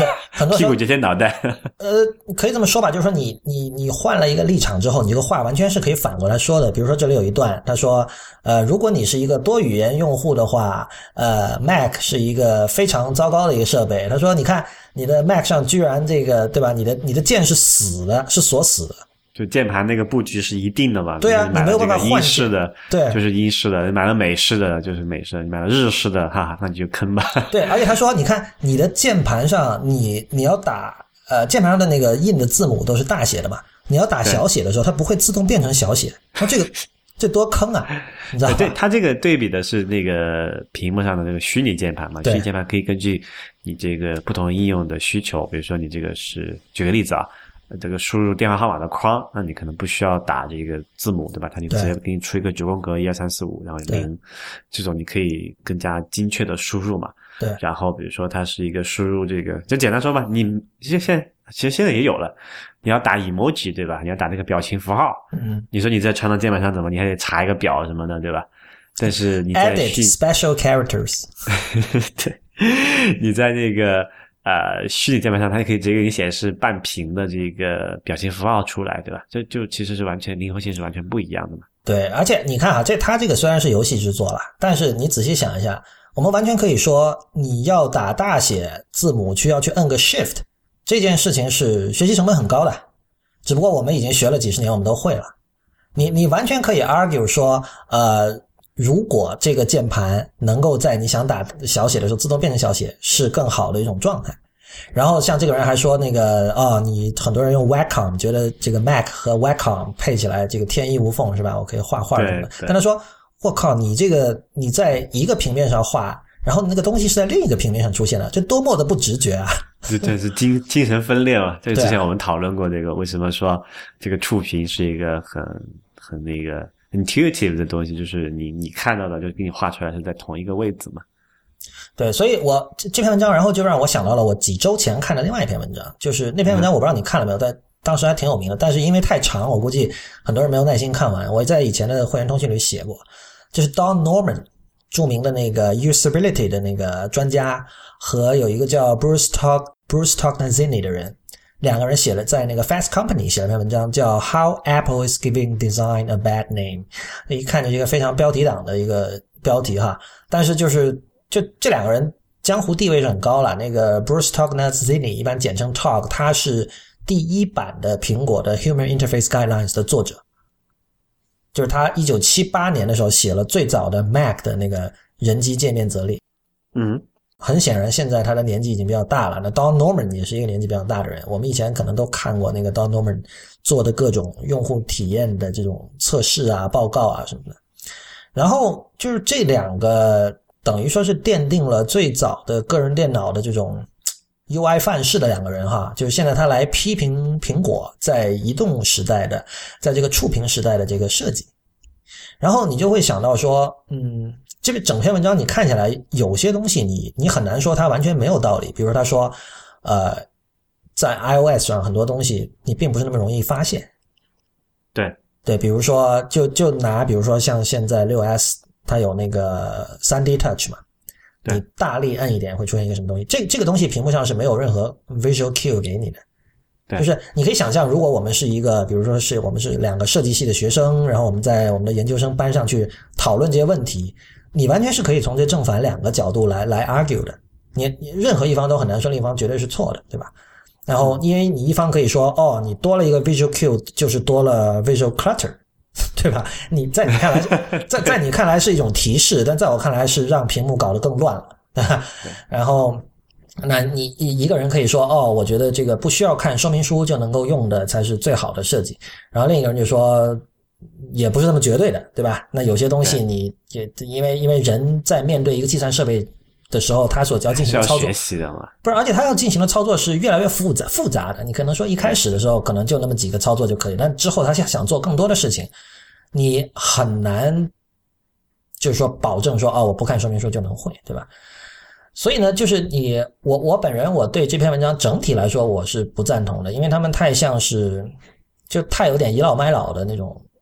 很多屁股决定脑袋。 呃，可以这么说吧，就是说你你你换了一个立场之后，你这个话完全是可以反过来说的。比如说这里有一段，他说，呃，如果你是一个多语言用户的话，呃 ，Mac 是一个非常糟糕的一个设备。他说，你看你的 Mac 上居然这个，对吧？你的你的键是死的，是锁死的。 就键盘那个布局是一定的嘛？ 对啊，你没有办法换。 英式的， 对， 就是英式的；买了美式的，就是美式的；你买了日式的，哈哈，那你就坑吧。 对，而且他说，你看你的键盘上，你你要打呃键盘上的那个印的字母都是大写的嘛，你要打小写的时候，它不会自动变成小写。那这个这多坑啊，你知道吗？ 对，它这个对比的是那个屏幕上的那个虚拟键盘嘛，虚拟键盘可以根据你这个不同应用的需求，比如说你这个是，举个例子啊。这个输入电话号码的框，那你可能不需要打这个字母，对吧？它就直接给你出一个九宫格一二三四五，然后零，这种你可以更加精确的输入嘛。 对。 然后比如说它是一个输入这个，就简单说吧，你其实现在其实现在也有了，你要打 emoji 对吧？你要打那个表情符号， 嗯， 你说你在传统键盘上怎么，你还得查一个表什么的，对吧？但是你在 edit special characters， 对，你在那个。呃，虚拟键盘上它就可以直接给你显示半屏的这个表情符号出来，对吧？这就其实是完全灵活性是完全不一样的嘛。 对，而且你看哈，这它这个虽然是游戏制作了，但是你仔细想一下，我们完全可以说，你要打大写字母需要去摁个 shift， 这件事情是学习成本很高的。只不过我们已经学了几十年，我们都会了。你你完全可以 argue 说，呃。如果这个键盘能够在你想打小写的时候自动变成小写，是更好的一种状态。然后像这个人还说那个哦，你很多人用 Wacom 觉得这个 Mac 和 Wacom 配起来这个天衣无缝是吧？我可以画画什么的。但他说我靠，你这个你在一个平面上画，然后那个东西是在另一个平面上出现的，这多么的不直觉啊！ 这这是精精神分裂嘛？这之前我们讨论过这个，为什么说这个触屏是一个很很那个。intuitive 的东西，就是你你看到的就给你画出来是在同一个位置嘛。 对，所以我这这篇文章然后就让我想到了我几周前看的另外一篇文章，就是那篇文章我不知道你看了没有，但当时还挺有名的，但是因为太长，我估计很多人没有耐心看完。我在以前的会员通讯里写过，就是 Don Norman 著名的那个 usability 的那个专家和有一个叫 Bruce Talk Bruce Tognazzini 的人。两个人写了在那个 Fast Company 写了篇文章叫 How Apple is Giving Design a Bad Name， 一看就是一个非常标题党的一个标题哈，但是就是就这两个人江湖地位是很高了。那个 Bruce Tognazzini 一般简称 Tog， 他是第一版的苹果的 Human Interface Guidelines 的作者，就是他一九七八年的时候写了最早的 Mac 的那个人机界面则例。 嗯。 很显然现在他的年纪已经比较大了，那 Don Norman 也是一个年纪比较大的人，我们以前可能都看过那个 Don Norman 做的各种用户体验的这种测试啊报告啊什么的。然后就是这两个等于说是奠定了最早的个人电脑的这种 U I 范式的两个人哈，就是现在他来批评苹果在移动时代的在这个触屏时代的这个设计。然后你就会想到说嗯这个整篇文章你看起来有些东西你你很难说它完全没有道理，比如他说呃在 iOS 上很多东西你并不是那么容易发现。 对对，比如说就就拿比如说像现在 六 S 它有那个 三 D Touch 嘛，你大力摁一点会出现一个什么东西，这这个东西屏幕上是没有任何 visual cue 给你的。就是你可以想象，如果我们是一个比如说是我们是两个设计系的学生，然后我们在我们的研究生班上去讨论这些问题，你完全是可以从这正反两个角度来来 argue 的，你你任何一方都很难说另一方绝对是错的，对吧？然后因为你一方可以说哦你多了一个 visual cue 就是多了 visual clutter， 对吧？你在你看来在在你看来是一种提示，但在我看来是让屏幕搞得更乱了，对吧？然后那你一个人可以说哦我觉得这个不需要看说明书就能够用的才是最好的设计，然后另一个人就说也不是这么绝对的，对吧？那有些东西你也因为因为人在面对一个计算设备的时候，他所要进行的操作是要学习的嘛， 不是，而且他要进行的操作是越来越复杂复杂的。你可能说一开始的时候可能就那么几个操作就可以，但之后他想做更多的事情，你很难就是说保证说哦我不看说明书就能会，对吧？所以呢，就是你我我本人我对这篇文章整体来说我是不赞同的，因为他们太像是就太有点倚老卖老的那种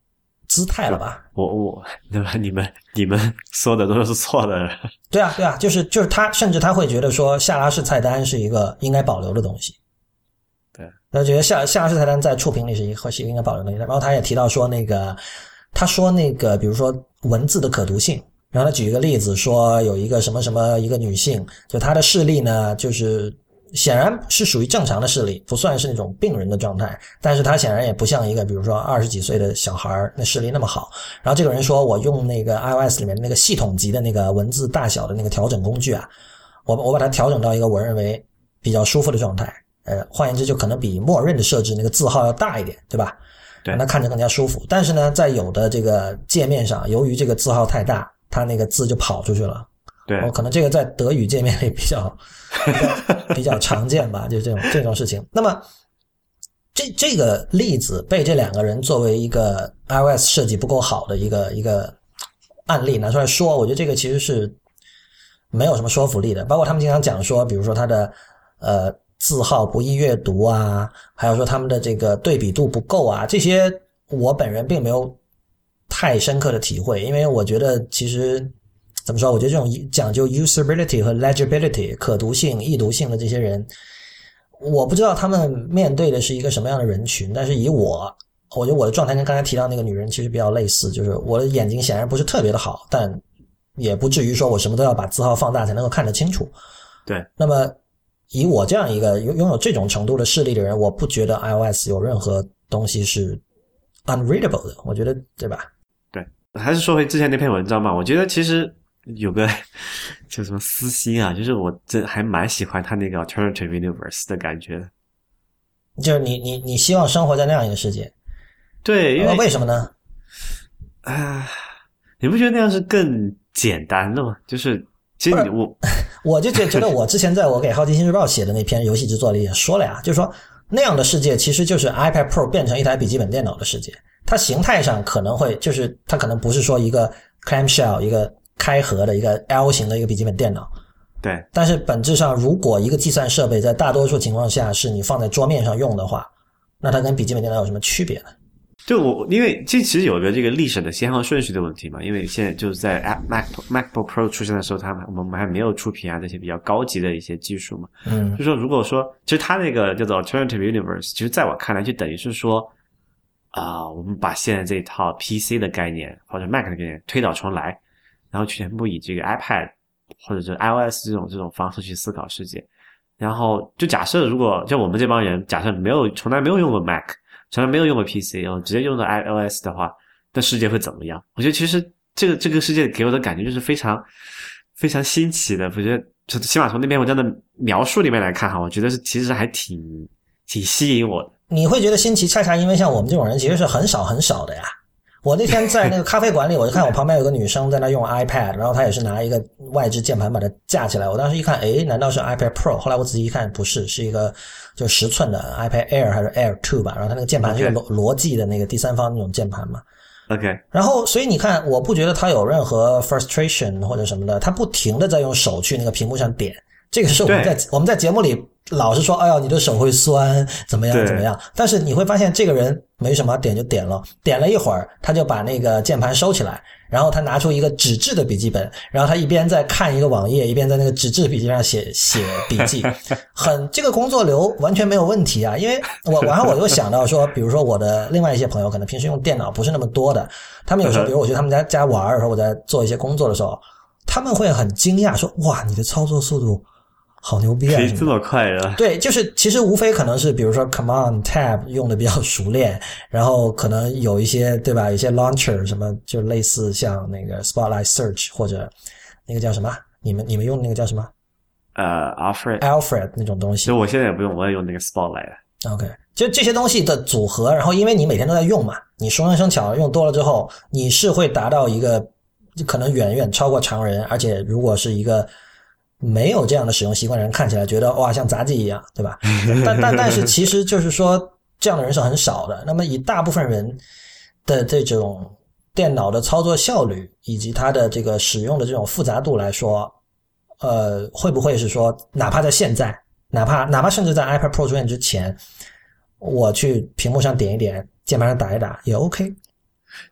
姿态了吧？ 我我对吧？你们你们说的都是错的。 对啊对啊，就是就是他甚至他会觉得说下拉式菜单是一个应该保留的东西。 对， 他觉得下下拉式菜单在触屏里是一个是应该保留的东西。然后他也提到说那个，他说那个比如说文字的可读性。然后他举一个例子说有一个什么什么一个女性，就她的视力呢就是显然是属于正常的视力，不算是那种病人的状态，但是她显然也不像一个比如说二十几岁的小孩那视力那么好。然后这个人说我用那个 iOS 里面那个系统级的那个文字大小的那个调整工具啊，我我把它调整到一个我认为比较舒服的状态，呃，换言之就可能比默认的设置那个字号要大一点，对吧？ 对， 让它看着更加舒服。但是呢在有的这个界面上，由于这个字号太大，它那个字就跑出去了。 对， 哦，可能这个在德语界面里比较比较比较常见吧，就是这种这种事情。那么这这个例子被这两个人作为一个 iOS 设计不够好的一个一个案例拿出来说，我觉得这个其实是没有什么说服力的。包括他们经常讲说，比如说它的呃字号不易阅读啊，还有说他们的这个对比度不够啊，这些我本人并没有太深刻的体会，因为我觉得其实怎么说，我觉得这种讲究 usability 和 legibility 可读性易读性的这些人，我不知道他们面对的是一个什么样的人群，但是以我我觉得我的状态跟刚才提到那个女人其实比较类似，就是我的眼睛显然不是特别的好，但也不至于说我什么都要把字号放大才能够看得清楚。 对， 那么以我这样一个拥有这种程度的视力的人，我不觉得 iOS 有任何东西是 unreadable 的，我觉得对吧？ 对，还是说回之前那篇文章吧，我觉得其实有个就什么私心啊，就是我这还蛮喜欢他那个 alternative universe 的感觉。 就是你你你希望生活在那样一个世界。 对，因为、 呃、为什么呢？ 啊，你不觉得那样是更简单的吗？就是其实我我就觉得我之前在我给好奇心日报写的那篇游戏制作里也说了呀，就是说那样的世界其实就是 iPad Pro 变成一台笔记本电脑的世界。它形态上可能会就是它可能不是说一个 clamshell 一个开合的一个 L 型的一个笔记本电脑， 对， 但是本质上如果一个计算设备在大多数情况下是你放在桌面上用的话，那它跟笔记本电脑有什么区别呢？ 就我因为这其实有个这个历史的先后顺序的问题嘛，因为现在就是在 Mac MacBook Pro 出现的时候，它我们还没有触屏啊这些比较高级的一些技术嘛。 嗯， 就说如果说其实它那个叫做 Alternative Universe， 其实在我看来就等于是说啊、呃，我们把现在这一套 P C 的概念或者 Mac 的概念推倒重来，然后全部以这个 iPad 或者是 iOS 这种这种方式去思考世界。然后就假设如果像我们这帮人假设没有从来没有用过 Mac，从来没有用过 P C， 然后直接用到 iOS 的话，那世界会怎么样？我觉得其实这个这个世界给我的感觉就是非常非常新奇的。我觉得就起码从那篇文章的描述里面来看哈，我觉得是其实还挺挺吸引我的。 你会觉得新奇，恰恰因为像我们这种人其实是很少很少的呀。我那天在那个咖啡馆里，我就看我旁边有个女生在那用 iPad， 然后她也是拿一个外置键盘把它架起来。我当时一看，诶，难道是 iPad Pro？ 后来我仔细一看，不是，是一个就十寸的 iPad Air 还是 Air 二吧。然后它那个键盘是个罗技的那个第三方那种键盘嘛。 OK。 然后所以你看，我不觉得它有任何 frustration 或者什么的，它不停的在用手去那个屏幕上点。这个是我们在我们在节目里老是说，哎呀，你的手会酸，怎么样怎么样？但是你会发现，这个人没什么，点就点了，点了一会儿，他就把那个键盘收起来，然后他拿出一个纸质的笔记本，然后他一边在看一个网页，一边在那个纸质笔记上写写笔记，很这个工作流完全没有问题啊。因为我然后我又想到说，比如说我的另外一些朋友，可能平时用电脑不是那么多的，他们有时候，比如我去他们家家玩的时候，我在做一些工作的时候，他们会很惊讶说，哇，你的操作速度好牛逼啊！ 可以这么快啊？ 对，就是其实无非可能是比如说 Command Tab 用的比较熟练，然后可能有一些对吧，有些 Launcher 什么就类似像那个 Spotlight Search 或者那个叫什么，你们你们用那个叫什么？ 呃 Alfred Alfred 那种东西。 所以我现在也不用，我也用那个 Spotlight。OK， 就这些东西的组合，然后因为你每天都在用嘛，你熟能生巧用多了之后，你是会达到一个可能远远超过常人，而且如果是一个没有这样的使用习惯的人看起来觉得哇像杂技一样，对吧？但但但是其实就是说这样的人是很少的。那么以大部分人的这种电脑的操作效率以及它的这个使用的这种复杂度来说，呃，会不会是说哪怕在现在，哪怕哪怕甚至在 iPad Pro 出现之前，我去屏幕上点一点，键盘上打一打也 OK。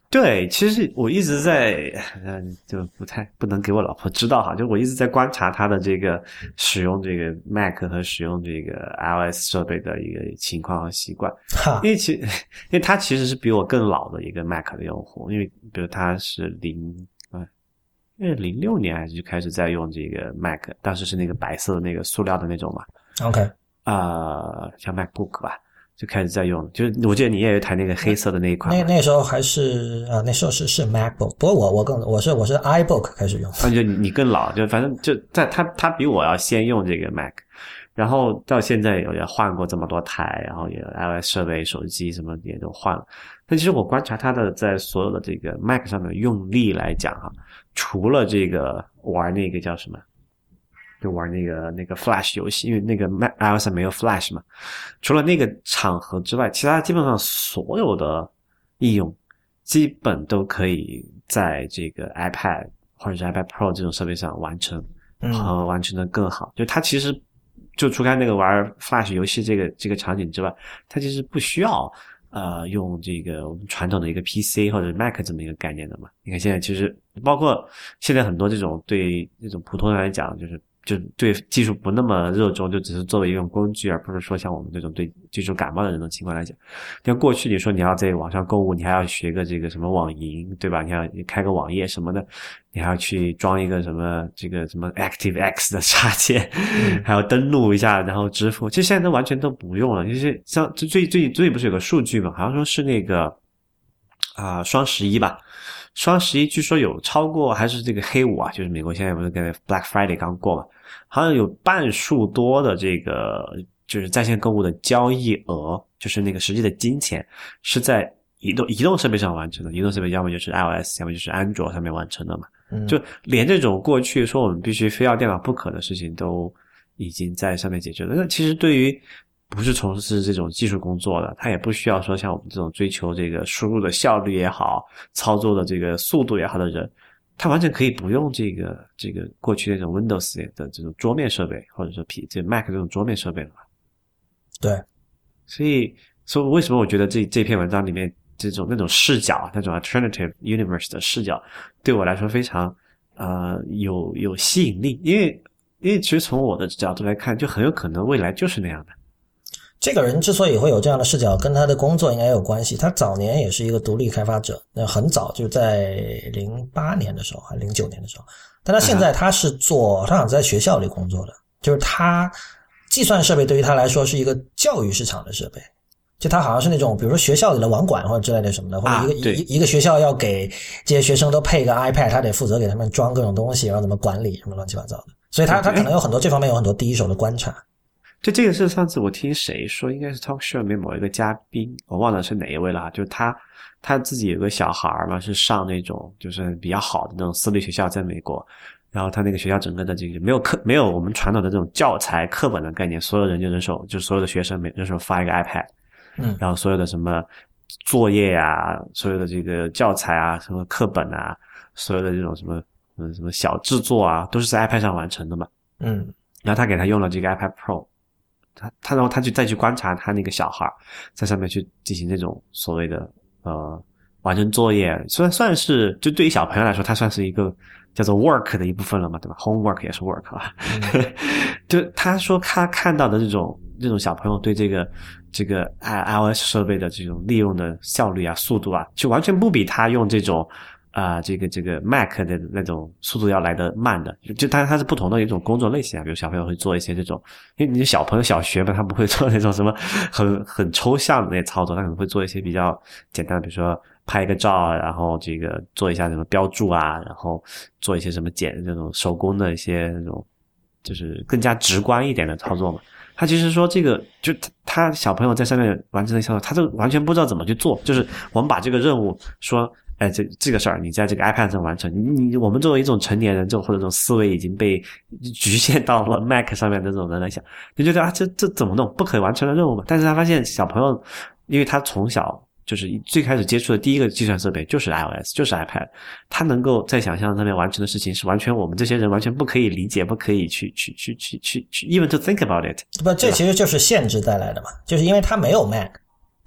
对，其实我一直在，嗯，就不太不能给我老婆知道哈，就我一直在观察她的这个使用这个 Mac 和使用这个 iOS 设备的一个情况和习惯。因为其因为她其实是比我更老的一个 Mac 的用户，因为比如她是零啊，因为零六年还是就开始在用这个 Mac， 当时是那个白色的那个塑料的那种嘛。 OK， 啊、呃，像 MacBook 吧。就开始在用，就是我记得你也有一台那个黑色的那一款， 那那时候还是啊，那时候是是 MacBook， 不过我我更我是我是 iBook 开始用， 啊，就你更老，就反正就在他他比我要先用这个 Mac， 然后到现在也换过这么多台，然后也 iOS 设备、手机什么也都换了。但其实我观察他的在所有的这个 Mac 上面用力来讲哈，除了这个玩那个叫什么？就玩那个那个 Flash 游戏，因为那个 iOS 没有 Flash 嘛。除了那个场合之外，其他基本上所有的应用基本都可以在这个 iPad 或者是 iPad Pro 这种设备上完成，和完成的更好。嗯、就它其实就除开那个玩 Flash 游戏这个这个场景之外，它其实不需要呃用这个我们传统的一个 P C 或者 Mac 这么一个概念的嘛。你看现在其实包括现在很多这种对这种普通人来讲，就是就对技术不那么热衷，就只是作为一种工具，而不是说像我们这种对技术感冒的人的情况来讲。像过去你说你要在网上购物，你还要学个这个什么网银，对吧？你要开个网页什么的，你还要去装一个什么这个什么 ActiveX 的插件，还要登录一下，然后支付。其实现在都完全都不用了。就是像最最最最不是有个数据嘛？好像说是那个啊双十一吧。双十一据说有超过，还是这个黑五啊，就是美国现在不是跟 Black Friday 刚过嘛，好像有半数多的这个就是在线购物的交易额，就是那个实际的金钱是在移动移动设备上完成的，移动设备要么就是 iOS， 要么就是 Android 上面完成的嘛。嗯、就连这种过去说我们必须非要电脑不可的事情都已经在上面解决了。那其实对于不是从事这种技术工作的，他也不需要说像我们这种追求这个输入的效率也好，操作的这个速度也好的人，他完全可以不用这个这个过去那种 Windows 的这种桌面设备，或者说 P 这 Mac 这种桌面设备了。 对， 所以所以为什么我觉得这这篇文章里面这种那种视角，那种 alternative universe 的视角，对我来说非常呃有有吸引力，因为因为其实从我的角度来看，就很有可能未来就是那样的。 这个人之所以会有这样的视角，跟他的工作应该有关系。他早年也是一个独立开发者，那很早就在零八年的时候还零九年的时候，但他现在他是做他好像在学校里工作的，就是他计算设备对于他来说是一个教育市场的设备，就他好像是那种比如说学校里的网管或者之类的什么的，或者一个、啊、一一个学校要给这些学生都配一个 iPad， 他得负责给他们装各种东西，然后怎么管理什么乱七八糟的，所以他他可能有很多这方面有很多第一手的观察。 就这个是上次我听谁说，应该是 talk show 里面某一个嘉宾，我忘了是哪一位了，就是他他自己有个小孩嘛，是上那种就是比较好的那种私立学校，在美国，然后他那个学校整个的这个没有课没有我们传统的这种教材课本的概念，所有人就人手，就所有的学生每人手发一个 iPad， 嗯，然后所有的什么作业啊，所有的这个教材啊，什么课本啊，所有的这种什么嗯什么小制作啊，都是在 iPad 上完成的嘛，嗯，然后他给他用了这个 iPad Pro。他他然后他就再去观察他那个小孩在上面去进行这种所谓的呃完成作业，虽然算是就对于小朋友来说，他算是一个叫做 work 的一部分了嘛，对吧 ？homework 也是 work 啊。嗯、就他说他看到的这种这种小朋友对这个这个 iOS 设备的这种利用的效率啊、速度啊，就完全不比他用这种。啊、呃，这个这个 Mac 的那种速度要来得慢的，就它它是不同的一种工作类型啊。比如小朋友会做一些这种，因为你小朋友小学嘛，他不会做那种什么很很抽象的那些操作，他可能会做一些比较简单的，比如说拍一个照，然后这个做一下什么标注啊，然后做一些什么简这种手工的一些那种，就是更加直观一点的操作嘛。他其实说这个就他他小朋友在上面完成的操作，他就完全不知道怎么去做，就是我们把这个任务说。哎，这这个事儿你在这个 iPad 上完成，你你我们作为一种成年人，这种或者这种思维已经被局限到了 Mac 上面的这种人来想，你觉得啊，这这怎么弄？不可完成的任务嘛？但是他发现小朋友，因为他从小就是最开始接触的第一个计算设备就是 iOS， 就是 iPad， 他能够在想象上面完成的事情是完全我们这些人完全不可以理解，不可以去去去去去去 even to think about it。 不，这其实就是限制带来的嘛，就是因为他没有 Mac。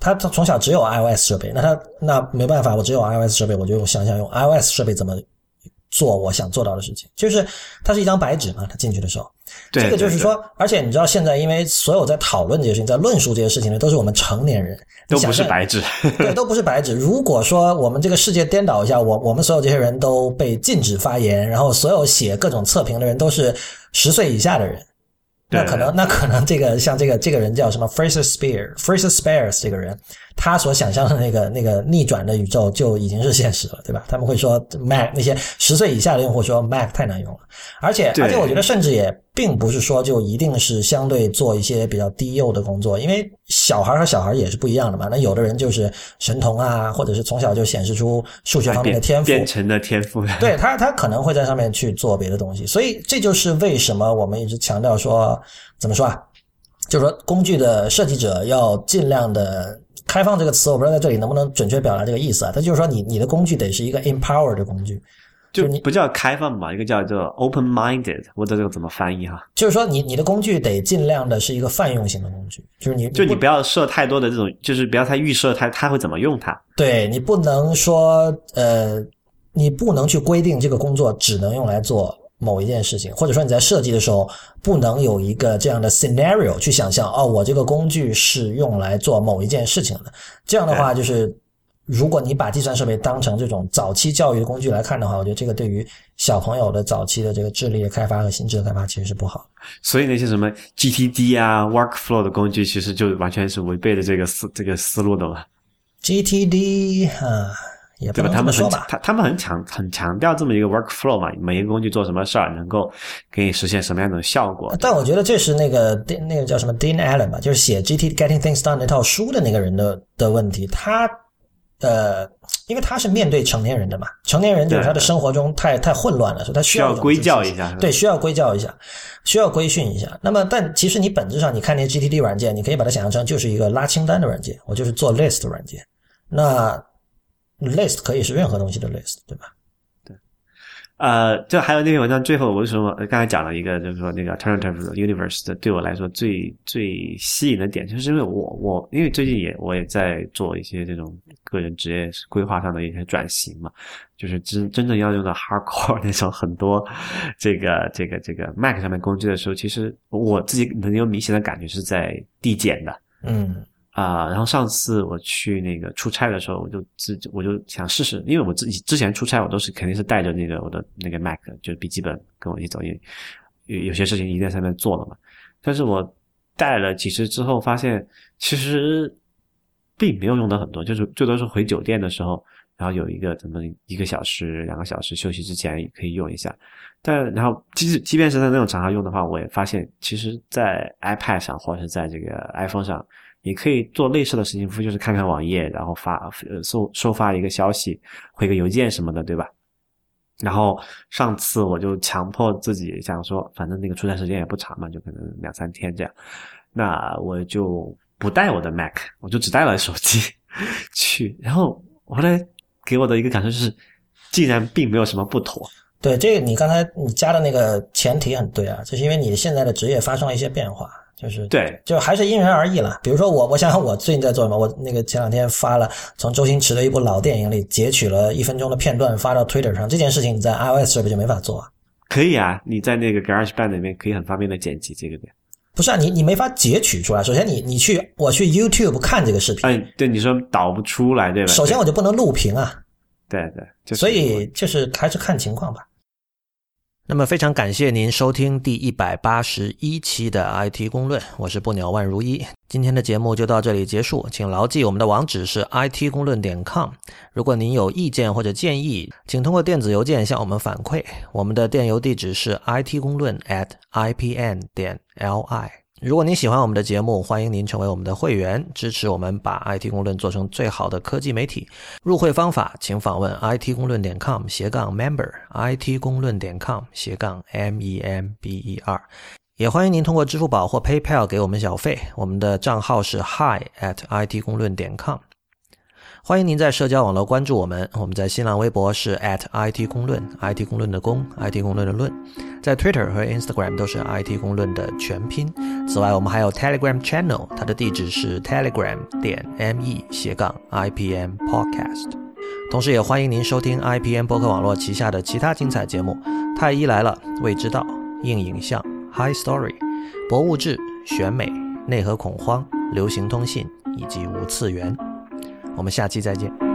他他从小只有 iOS 设备，那他那没办法，我只有 iOS 设备，我就想想用 iOS 设备怎么做我想做到的事情。就是它是一张白纸嘛，他进去的时候， 对， 这个就是说， 对对而且你知道现在因为所有在讨论这些事情，在论述这些事情的都是我们成年人， 都不是白纸， 对，都不是白纸。如果说我们这个世界颠倒一下，我我们所有这些人都被禁止发言，然后所有写各种测评的人都是十岁以下的人。那可能，那可能这个像这个这个人叫什么 Fraser Spear Fraser Spears 这个人，他所想象的那个那个逆转的宇宙就已经是现实了，对吧？他们会说 Mac 那些十岁以下的用户说 Mac 太难用了，而且而且我觉得甚至也并不是说就一定是相对做一些比较低幼的工作，因为小孩和小孩也是不一样的嘛。那有的人就是神童啊，或者是从小就显示出数学方面的天赋， 编程的天赋， 对他他可能会在上面去做别的东西。所以这就是为什么我们一直强调说，怎么说啊？就是说工具的设计者要尽量的开放这个词，我不知道在这里能不能准确表达这个意思啊。它就是说你你的工具得是一个 empower 的工具， 就不叫开放嘛，一个叫做 open-minded， 我这个怎么翻译哈？ 就是说你你的工具得尽量的是一个泛用型的工具，就是你就你不要设太多的这种，就是不要太预设它它会怎么用它。 对，你不能说呃，你不能去规定这个工作只能用来做某一件事情，或者说你在设计的时候不能有一个这样的 scenario 去想象，哦，我这个工具是用来做某一件事情的。这样的话就是如果你把计算设备当成这种早期教育的工具来看的话，我觉得这个对于小朋友的早期的这个智力的开发和心智的开发其实是不好。 所以那些什么 G T D 啊 workflow 的工具其实就完全是违背了这个思这个思路的嘛。 G T D 啊，也不能这么说吧， 他他们很强很强调这么一个 workflow 嘛，每一个工具做什么事儿能够给你实现什么样的效果。 但我觉得这是那个那个叫什么 Dean Allen 吧，就是写 G T Getting Things Done 那套书的那个人的的问题。他呃，因为他是面对成年人的嘛，成年人就是他的生活中太太混乱了，所以他需要需要规教一下， 对，需要规教一下，需要规训一下。那么，但其实你本质上你看那些 G T D 软件，你可以把它想象成就是一个拉清单的软件，我就是做 list 的软件。那 list 可以是任何东西的 list， 对吧？ 对。呃，这还有那篇文章最后我为什么刚才讲了一个，就是说那个 alternative universe 的对我来说最最吸引的点，就是因为我我因为最近也我也在做一些这种个人职业规划上的一些转型嘛，就是真真正要用到 hardcore 那种很多这个这个这个 Mac 上面工具的时候，其实我自己能有明显的感觉是在递减的。 嗯。 啊、呃，然后上次我去那个出差的时候，我就自我就想试试，因为我自己之前出差我都是肯定是带着那个我的那个 Mac， 就是笔记本跟我一起走，因为有有些事情一定在上面做了嘛。但是我带了几次之后，发现其实并没有用的很多，就是最多是回酒店的时候，然后有一个怎么一个小时、两个小时休息之前可以用一下。但然后即使即便是在那种场合用的话，我也发现其实在 iPad 上或者是在这个 iPhone 上也可以做类似的事情，不就是看看网页，然后发呃收收发一个消息，回个邮件什么的，对吧？然后上次我就强迫自己想说，反正那个出差时间也不长嘛，就可能两三天这样，那我就不带我的 Mac， 我就只带了手机去。然后我后来给我的一个感受就是，竟然并没有什么不妥。 对，这个你刚才你加的那个前提很对啊，就是因为你现在的职业发生了一些变化。就是对， 就还是因人而异了。比如说我，我想想我最近在做什么。我那个前两天发了从周星驰的一部老电影里截取了一分钟的片段发到 Twitter 上，这件事情你在 iOS 设备就没法做啊。 可以啊，你在那个 GarageBand 里面可以很方便的剪辑这个的。 不是啊，你你没法截取出来。首先你你去我去 YouTube 看这个视频， 哎，对，你说导不出来对吧？ 首先我就不能录屏啊。 对对，就是、 所以就是还是看情况吧。 那么非常感谢您收听第一百八十一期的 I T 公论，我是不鸟万如一。今天的节目就到这里结束，请牢记我们的网址是 I T 公论点 com。 如果您有意见或者建议，请通过电子邮件向我们反馈，我们的电邮地址是 I T 公论 at I P N 点 L I。如果您喜欢我们的节目，欢迎您成为我们的会员，支持我们把 I T 公论做成最好的科技媒体。入会方法请访问 I T 公论点 com 斜杠 member I T 公论点 com 斜杠 M E M B E R。 也欢迎您通过支付宝或 PayPal 给我们小费，我们的账号是 hi at I T 公论点 com。 欢迎您在社交网络关注我们，我们在新浪微博是 at I T 公论 I T 公论的公 I T 公论的论，在 Twitter 和 Instagram 都是 I T 公论的全拼。此外我们还有 Telegram Channel， 它的地址是 telegram 点 me 斜杠 I P M Podcast。 同时也欢迎您收听 I P M 播客网络旗下的其他精彩节目，太医来了、未知道、硬影像、High Story、博物志、选美、内核恐慌、流行通信以及无次元。我们下期再见。